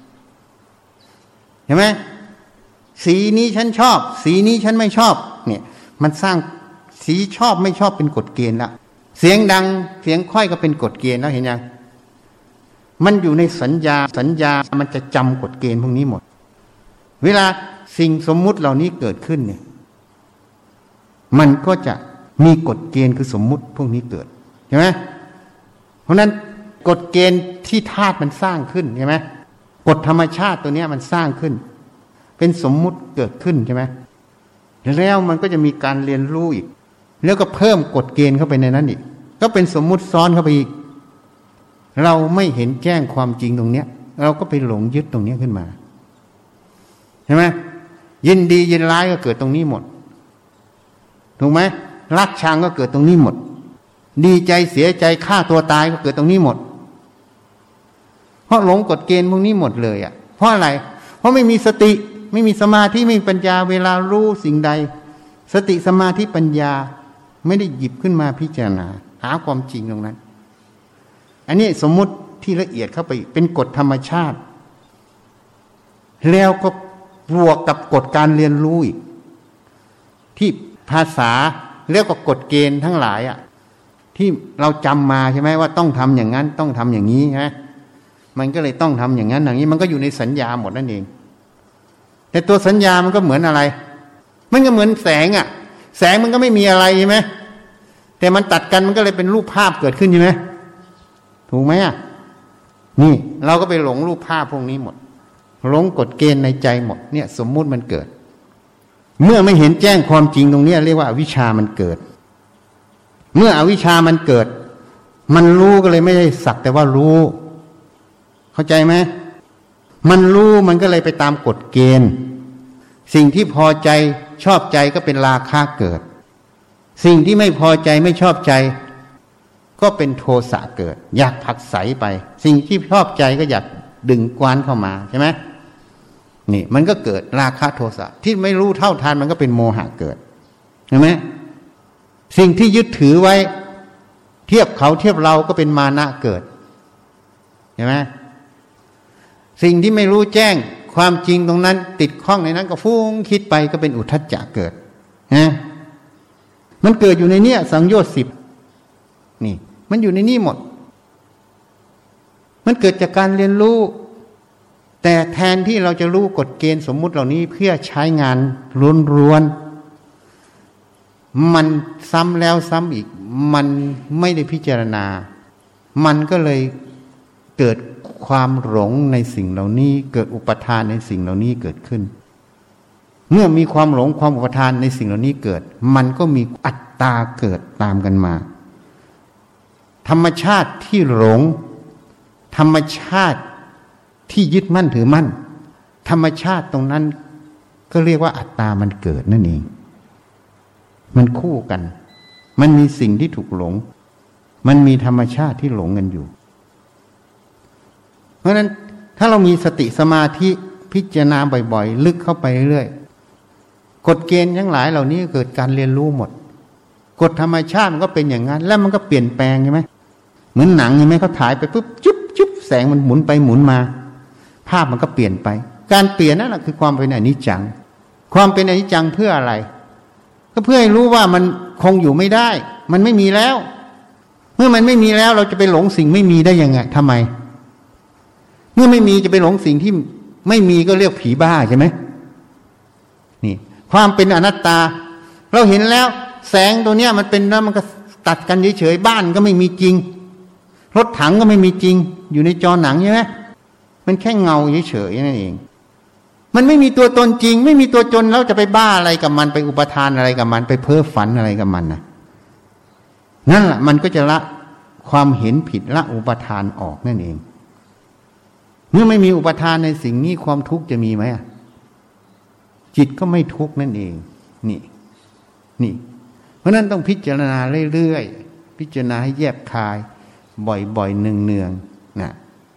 เห็นไหมสีนี้ฉันชอบสีนี้ฉันไม่ชอบเนี่ยมันสร้างสีชอบไม่ชอบเป็นกฎเกณฑ์ละเสียงดังเสียงค่อยก็เป็นกฎเกณฑ์แล้วเห็นยังมันอยู่ในสัญญามันจะจำกฎเกณฑ์พวกนี้หมดเวลาสิ่งสมมุติเหล่านี้เกิดขึ้นเนี่ยมันก็จะมีกฎเกณฑ์คือสมมุติพวกนี้เกิดใช่ไหมเพราะนั้นกฎเกณฑ์ที่ธาตุมันสร้างขึ้นใช่ไหมกฎธรรมชาติตัวนี้มันสร้างขึ้นเป็นสมมุติเกิดขึ้นใช่ไหมแล้วมันก็จะมีการเรียนรู้อีกแล้วก็เพิ่มกฎเกณฑ์เข้าไปในนั้นอีกก็เป็นสมมุติซ้อนเข้าไปอีกเราไม่เห็นแจ้งความจริงตรงเนี้ยเราก็ไปหลงยึดตรงนี้ขึ้นมาใช่ไหมยินดียินร้ายก็เกิดตรงนี้หมดถูกไหมรักชังก็เกิดตรงนี้หมดดีใจเสียใจฆ่าตัวตายก็เกิดตรงนี้หมดเพราะหลงกฎเกณฑ์พวกนี้หมดเลยอ่ะเพราะอะไรเพราะไม่มีสติไม่มีสมาธิไม่มีปัญญาเวลารู้สิ่งใดสติสมาธิปัญญาไม่ได้หยิบขึ้นมาพิจารณาหาความจริงตรงนั้นอันนี้สมมุติที่ละเอียดเข้าไปเป็นกฎธรรมชาติแล้วก็บวกกับกฎการเรียนรู้อีกที่ภาษาเรียกว่ากฎเกณฑ์ทั้งหลายอ่ะที่เราจำมาใช่ไหมว่าต้องทำอย่างนั้นต้องทำอย่างนี้ใช่ไหมมันก็เลยต้องทำอย่างนั้นอย่างนี้มันก็อยู่ในสัญญาหมดนั่นเองแต่ตัวสัญญามันก็เหมือนอะไรมันก็เหมือนแสงอ่ะแสงมันก็ไม่มีอะไรใช่ไหมแต่มันตัดกันมันก็เลยเป็นรูปภาพเกิดขึ้นใช่ไหมถูกไหมอ่ะนี่เราก็ไปหลงรูปภาพพวกนี้หมดหลงกฎเกณฑ์ในใจหมดเนี่ยสมมุติมันเกิดเมื่อไม่เห็นแจ้งความจริงตรงนี้เรียกว่าอวิชชามันเกิดเมื่ออวิชชามันเกิดมันรู้ก็เลยไม่ได้สักแต่ว่ารู้เข้าใจไหมมันรู้มันก็เลยไปตามกฎเกณฑ์สิ่งที่พอใจชอบใจก็เป็นราคะเกิดสิ่งที่ไม่พอใจไม่ชอบใจก็เป็นโทสะเกิดอยากผลักไสไปสิ่งที่ชอบใจก็อยากดึงกวานเข้ามาใช่ไหมนี่มันก็เกิดราคะโทสะที่ไม่รู้เท่าทันมันก็เป็นโมหะเกิดเห็นไหมสิ่งที่ยึดถือไว้เทียบเขาเทียบเราก็เป็นมานะเกิดเห็นไหมสิ่งที่ไม่รู้แจ้งความจริงตรงนั้นติดข้องในนั้นก็ฟุ้งคิดไปก็เป็นอุทธัจจะเกิดนะมันเกิดอยู่ในเนี้ยสังโยชน์10นี่มันอยู่ในนี่หมดมันเกิดจากการเรียนรู้แต่แทนที่เราจะรู้กฎเกณฑ์สมมุติเหล่านี้เพื่อใช้งานล้วนๆมันซ้ำแล้วซ้ำอีกมันไม่ได้พิจารณามันก็เลยเกิดความหลงในสิ่งเหล่านี้เกิดอุปทานในสิ่งเหล่านี้เกิดขึ้นเมื่อมีความหลงความอุปทานในสิ่งเหล่านี้เกิดมันก็มีอัตตาเกิดตามกันมาธรรมชาติที่หลงธรรมชาติที่ยึดมั่นถือมั่นธรรมชาติตรงนั้นก็เรียกว่าอัตตามันเกิดนั่นเองมันคู่กันมันมีสิ่งที่ถูกหลงมันมีธรรมชาติที่หลงกันอยู่เพราะฉะนั้นถ้าเรามีสติสมาธิพิจารณาบ่อยๆลึกเข้าไปเรื่อยๆกฎเกณฑ์ทั้งหลายเหล่านี้เกิดการเรียนรู้หมดกฎธรรมชาติมันก็เป็นอย่างนั้นแล้วมันก็เปลี่ยนแปลงใช่ไหมเหมือนหนังใช่ไหมเขาถ่ายไปปุ๊บจุ๊บจุ๊บแสงมันหมุนไปหมุนมาภาพมันก็เปลี่ยนไปการเปลี่ยนนั่นแหละคือความเป็นอนิจจังความเป็นอนิจจังเพื่ออะไรก็เพื่อให้รู้ว่ามันคงอยู่ไม่ได้มันไม่มีแล้วเมื่อมันไม่มีแล้วเราจะไปหลงสิ่งไม่มีได้ยังไงทำไมเมื่อไม่มีจะไปหลงสิ่งที่ไม่มีก็เรียกผีบ้าใช่ไหมนี่ความเป็นอนัตตาเราเห็นแล้วแสงตัวเนี้ยมันเป็นแล้วมันก็ตัดกันเฉยๆบ้านก็ไม่มีจริงรถถังก็ไม่มีจริงอยู่ในจอหนังใช่ไหมมันแค่เงาเฉยๆนั่นเองมันไม่มีตัวตนจริงไม่มีตัวตนแล้วจะไปบ้าอะไรกับมันไปอุปทานอะไรกับมันไปเพ้อฝันอะไรกับมันนะนั่นแหละมันก็จะละความเห็นผิดละอุปทานออกนั่นเองเมื่อไม่มีอุปทานในสิ่งนี้ความทุกข์จะมีไหมจิตก็ไม่ทุกข์นั่นเองนี่เพราะนั้นต้องพิจารณาเรื่อยๆพิจารณาให้แยบคายบ่อยๆเนืองๆนะ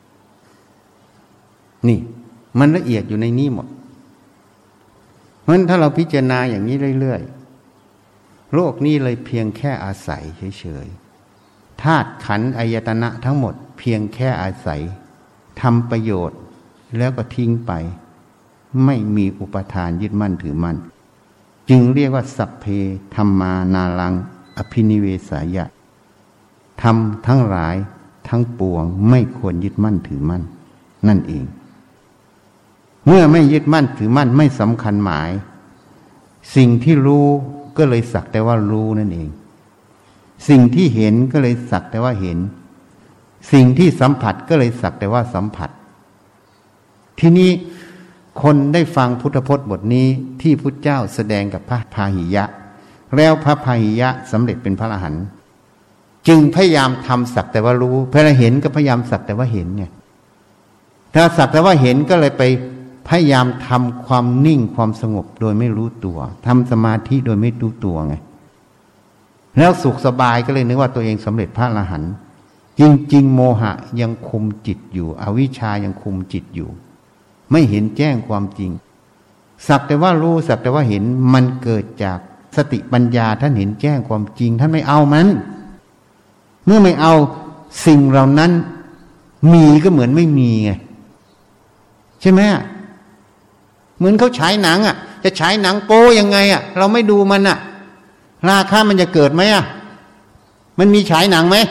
นี่มันละเอียดอยู่ในนี้หมดเพราะฉะนั้นถ้าเราพิจารณาอย่างนี้เรื่อยๆโลกนี้เลยเพียงแค่อาศัยเฉยๆธาตุขันธ์อายตนะทั้งหมดเพียงแค่อาศัยทำประโยชน์แล้วก็ทิ้งไปไม่มีอุปทานยึดมั่นถือมั่นจึงเรียกว่าสัพเพธัมมานารังอภินิเวสายะธรรมทั้งหลายทั้งปวงไม่ควรยึดมั่นถือมั่นนั่นเองเมื่อไม่ยึดมั่นถือมั่นไม่สำคัญหมายสิ่งที่รู้ก็เลยสักแต่ว่ารู้นั่นเองสิ่งที่เห็นก็เลยสักแต่ว่าเห็นสิ่งที่สัมผัสก็เลยสักแต่ว่าสัมผัสทีนี้คนได้ฟังพุทธพจน์บทนี้ที่พุทธเจ้าแสดงกับพระพาหิยะแล้วพระพาหิยะสำเร็จเป็นพระอรหันต์จึงพยายามทำสักแต่ว่ารู้พอเห็นก็พยายามสักแต่ว่าเห็นไงถ้าสักแต่ว่าเห็นก็เลยไปพยายามทำความนิ่งความสงบโดยไม่รู้ตัวทำสมาธิโดยไม่รู้ตัวไงแล้วสุขสบายก็เลยนึกว่าตัวเองสำเร็จพระอรหันต์จริงๆโมหะยังคุมจิตอยู่อวิชชายังคุมจิตอยู่ไม่เห็นแจ้งความจริงสักแต่ว่ารู้สักแต่ว่าเห็นมันเกิดจากสติปัญญาท่านเห็นแจ้งความจริงท่านไม่เอามันเมื่อไม่เอาสิ่งเหล่านั้นมีก็เหมือนไม่มีไงใช่ไหมเหมือนเขาฉายหนังจะฉายหนังโป๊ยังไงเราไม่ดูมันราคามันจะเกิดไหมมันมีฉายหนังไหม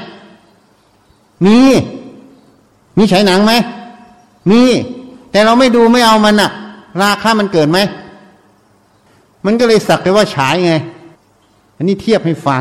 มีฉายหนังไหมมีแต่เราไม่ดูไม่เอามันราคามันเกิดไหมมันก็เลยสักแต่ว่าฉายไงอันนี้เทียบให้ฟัง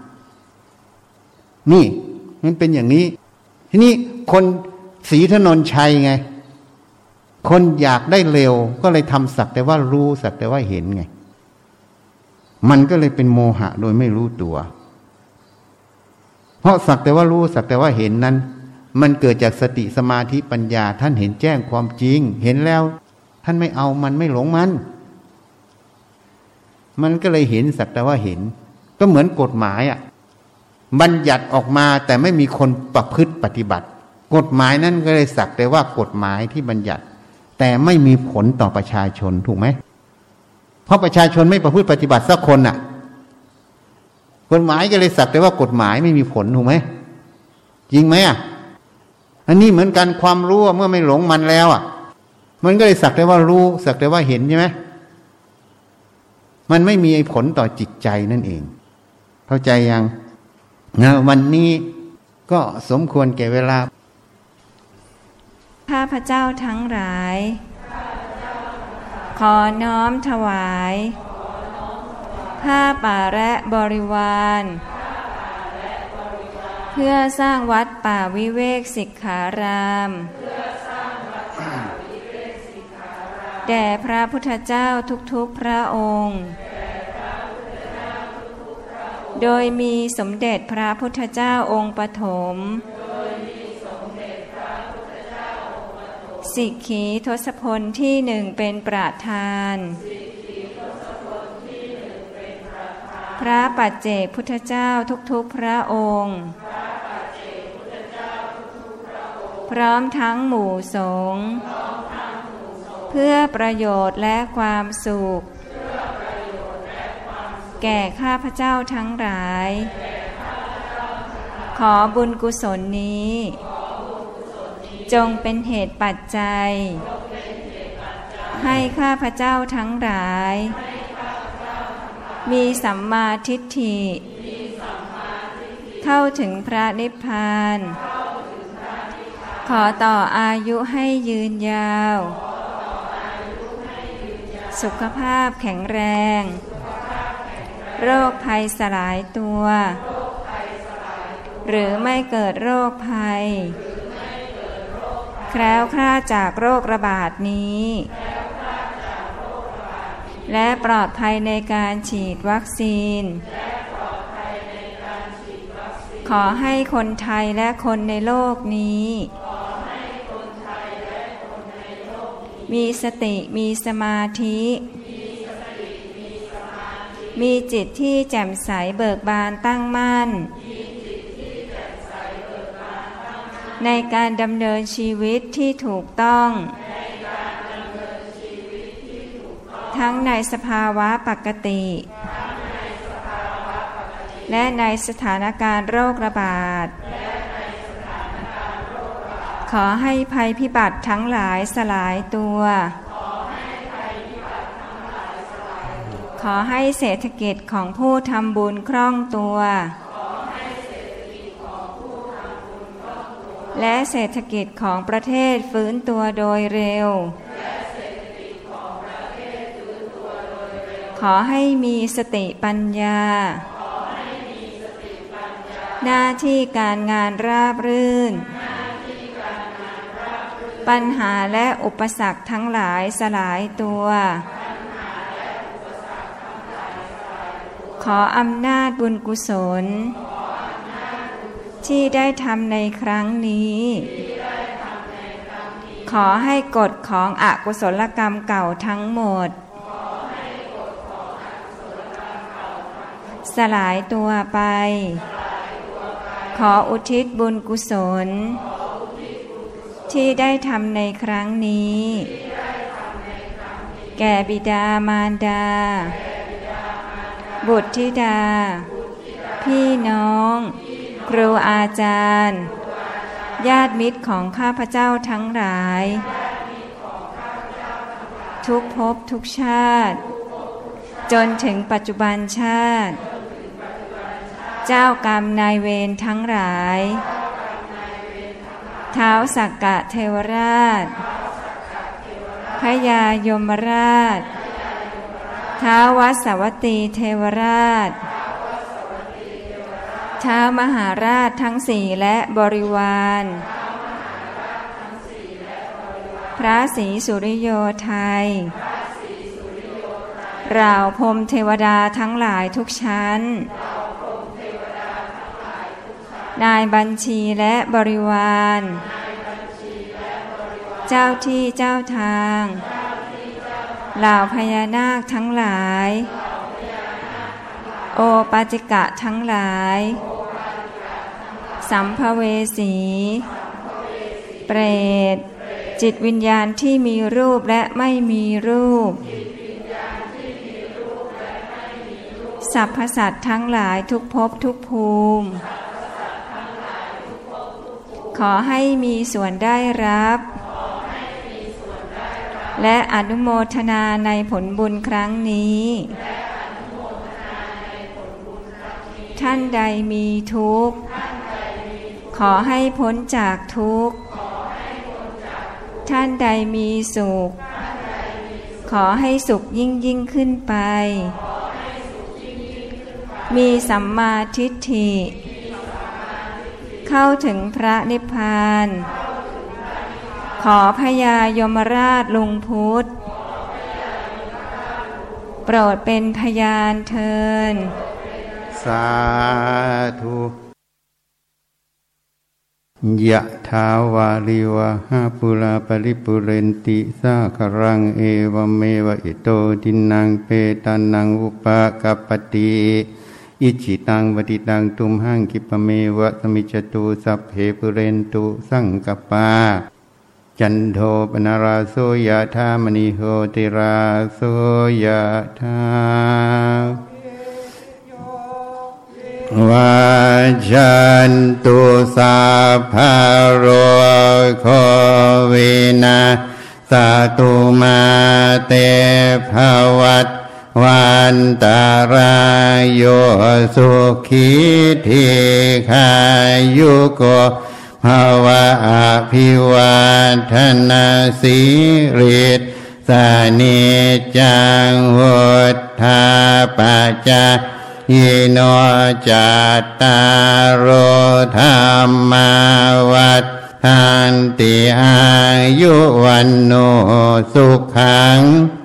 นี่มันเป็นอย่างนี้ทีนี้คนศรีถนนชัยไงคนอยากได้เร็วก็เลยทำสักแต่ว่ารู้สักแต่ว่าเห็นไงมันก็เลยเป็นโมหะโดยไม่รู้ตัวเพราะสักแต่ว่ารู้สักแต่ว่าเห็นนั้นมันเกิดจากสติสมาธิปัญญาท่านเห็นแจ้งความจริงเห็นแล้วท่านไม่เอามันไม่หลงมันก็เลยเห็นสักแต่ว่าเห็นก็เหมือนกฎหมายบัญญัติออกมาแต่ไม่มีคนประพฤติปฏิบัติกฎหมายนั้นก็เลยสักแต่ว่ากฎหมายที่บัญญัติแต่ไม่มีผลต่อประชาชนถูกไหมเพราะประชาชนไม่ประพฤติปฏิบัติสักคนกฎหมายก็เลยสักแต่ว่ากฎหมายไม่มีผลถูกไหมจริงไหมอันนี้เหมือนกันความรู้เมื่อไม่หลงมันแล้วมันก็เลยสักแต่ว่ารู้สักแต่ว่าเห็นใช่ไหมมันไม่มีผลต่อจิตใจนั่นเองเข้าใจยังวันนี้ก็สมควรแก่เวลาข้าพเจ้าทั้งหลายขอน้อมถวายผ้าป่าและบริวารเพื่อสร้างวัดป่าวิเวกสิกขารามแด่พระพุทธเจ้าทุกๆพระองค์โดยมีสมเด็จพระพุทธเจ้าองค์ปฐมสิกขีทศพลที่หนึ่งเป็นประธานพระปัจเจกพุทธเจ้าทุกๆพระองค์พร้อมทั้งหมู่สงฆ์เพื่อประโยชน์และความสุขแก่ข้าพเจ้าทั้งหลายขอบุญกุศลนี้จงเป็นเหตุปัจจัยให้ข้าพเจ้าทั้งหลายมีสัมมาทิฏฐิเข้าถึงพระนิพพานขอต่ออายุให้ยืนยาวสุขภาพแข็งแรงโรคภัยสลายตัวหรือไม่เกิดโรคภัยแคล้วคลาดจากโรคระบาดนี้และปลอดภัยในการฉีดวัคซีนขอให้คนไทยและคนในโลกนี้มีสติมีสมาธิมีจิตที่แจ่มใสเบิกบานตั้งมั่นในการดำเนินชีวิตที่ถูกต้องทั้งในสภาวะปกติและในสถานการณ์โรคระบาดขอให้ภัยพิบัติทั้งหลายสลายตัวขอให้เศรษฐกิจของผู้ทำบุญคล่องตัวและเศรษฐกิจของประเทศฟื้นตัวโดยเร็วขอให้มีสติปัญญาหน้าที่การงานราบรื่นปัญหาและอุปสรรคทั้งหลายสลายตัวขออำนาจบุญกุศลที่ได้ทำในครั้งนี้ขอให้กฎของอกุศลกรรมเก่าทั้งหมดสลายตัวไปขออุทิศบุญกุศลที่ได้ทำในครั้งนี้แก่บิดามารดาบุตรธิดาพี่น้องครูอาจารย์ญาติมิตรของข้าพเจ้าทั้งหลายทุกภพทุกชาติจนถึงปัจจุบันชาติเจ้ากรรมนายเวรทั้งหลายท้าวสักกะเทวราชพญายมราชท้าววัสสวัตตีเทวราชท้าวมหาราชทั้งสี่และบริวารพระศรีสุริโยไทยเหล่าพรหมเทวดาทั้งหลายทุกชั้นนายบัญชีและบริวารเจ้าที่เจ้าทางเหล่าพญานาคทั้งหลายโอปาจิกะทั้งหลายสัมภเวสีเปรตจิตวิญญาณที่มีรูปและไม่มีรูปสรรพสัตว์ทั้งหลายทุกภพทุกภูมิขอให้มีส่วนได้รับและอนุโมทนาในผลบุญครั้งนี้ท่านใดมีทุกข์ขอให้พ้นจากทุกข์ท่านใดมีสุขขอให้สุขยิ่งขึ้นไปมีสัมมาทิฏฐิเข้าถึงพระนิพพานขอพญายมราชลุงพุทธโปรดเป็นพยานเถิดสาธุยะถาวาริวะหาปุราปริปุเรนติสาครังเอวเมวะอิโตทินังเปตานังอุปกัปปติอิจิตังปฏิตังตุมหังคิปะเมวะสมิจตุสัพเพปุเรนตุสังกปาจันโทปนาราโสยะธามณิโหติราโสยะธาวาจันตุสัพพะโรโควินาสตุมาเตภวัตวันตารายโยสุขีทีขายุโกภวะอภิวาทนาสิริสานิจังวุฒาปัจจยิโนจัตตารโอธรรมาวัฏฐันติอายุวันโนสุขัง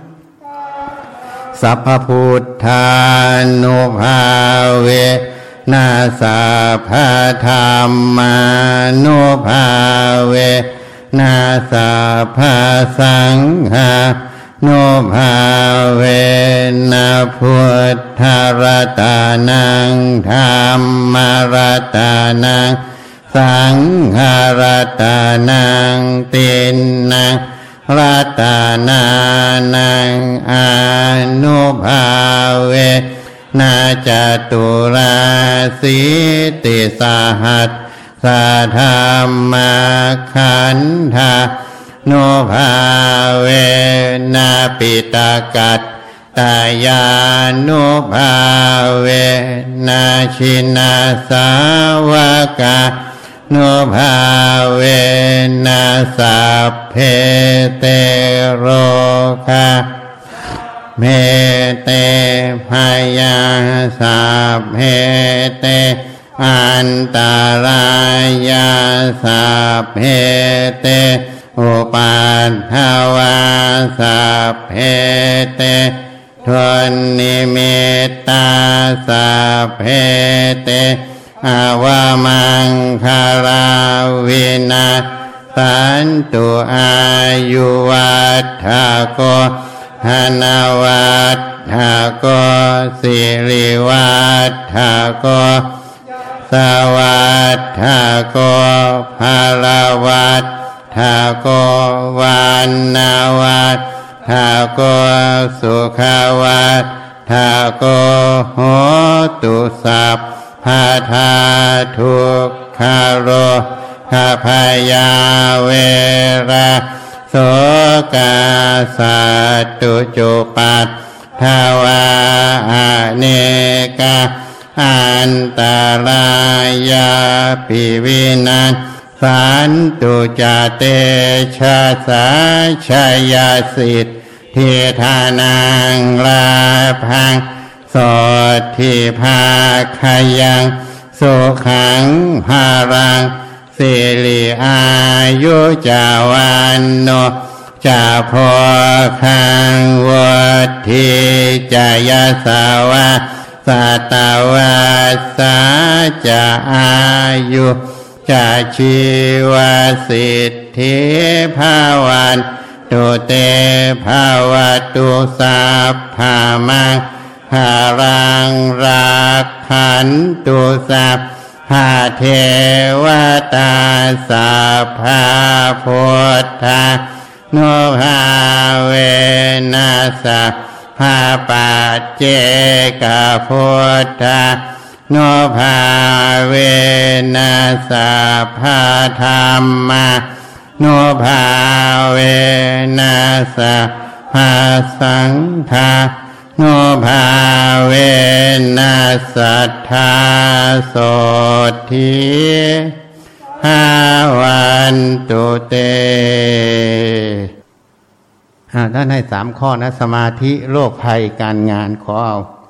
สัพพพุทธานุภาเวนะสัพพธรรมานุภาเวนะสัพพสังฆานุภาเวนะพุทธรัตนังธัมมรัตนังสังฆรัตนังตินนังรัตนานังอนุภาเวนะจตุราสีติสหัสสะธรรมขันธานุภาเวนะปิตกัตตายานุภาเวนะชินาสาวกานุภาเวนะสัพเพเตโรคะเมเตพยาสัพเพเตอันตรายาสัพเพเตอุปัฏฐวาสัพเพเตทุนนิมิตตาสัพเพเตอวามังคาราวินาสันตุอายุวัฏฐโกธนวัฏฐโกสิริวัฏฐโกสวัฏฐโกภาลวัฏฐโกวันนาวัฏฐโกสุขวัฏฐโกโหตุสัพพะทาทุกขโรข้าพยาเวระโสกาสัตตุจุปัฏฐวาอเนกาอันตรายาปิวินัสสันตุจเตชะสาชยสิทธิธานังลาภังโสทิภาคยังสุขังภารังสิริอายุจาวันโนจาโพคังวัฏฐิจายสาวะสัตวัสสะจะอายุจะชีวสิทธิภาวันตุเตภาวตุสัพพามังหารังรักขันตุสัพพะเทวตาสัพพะพุทธานุภาเวนัสสัพพะปัจเจกพุทธานุภาเวนัสสัพพะธรรมานุภาเวนัสสัพพะสังฆานุภาเวนัสสัทธาโสทิภาวันตุเตท่านให้3 ข้อนะสมาธิโรคภัยการงานขอเอา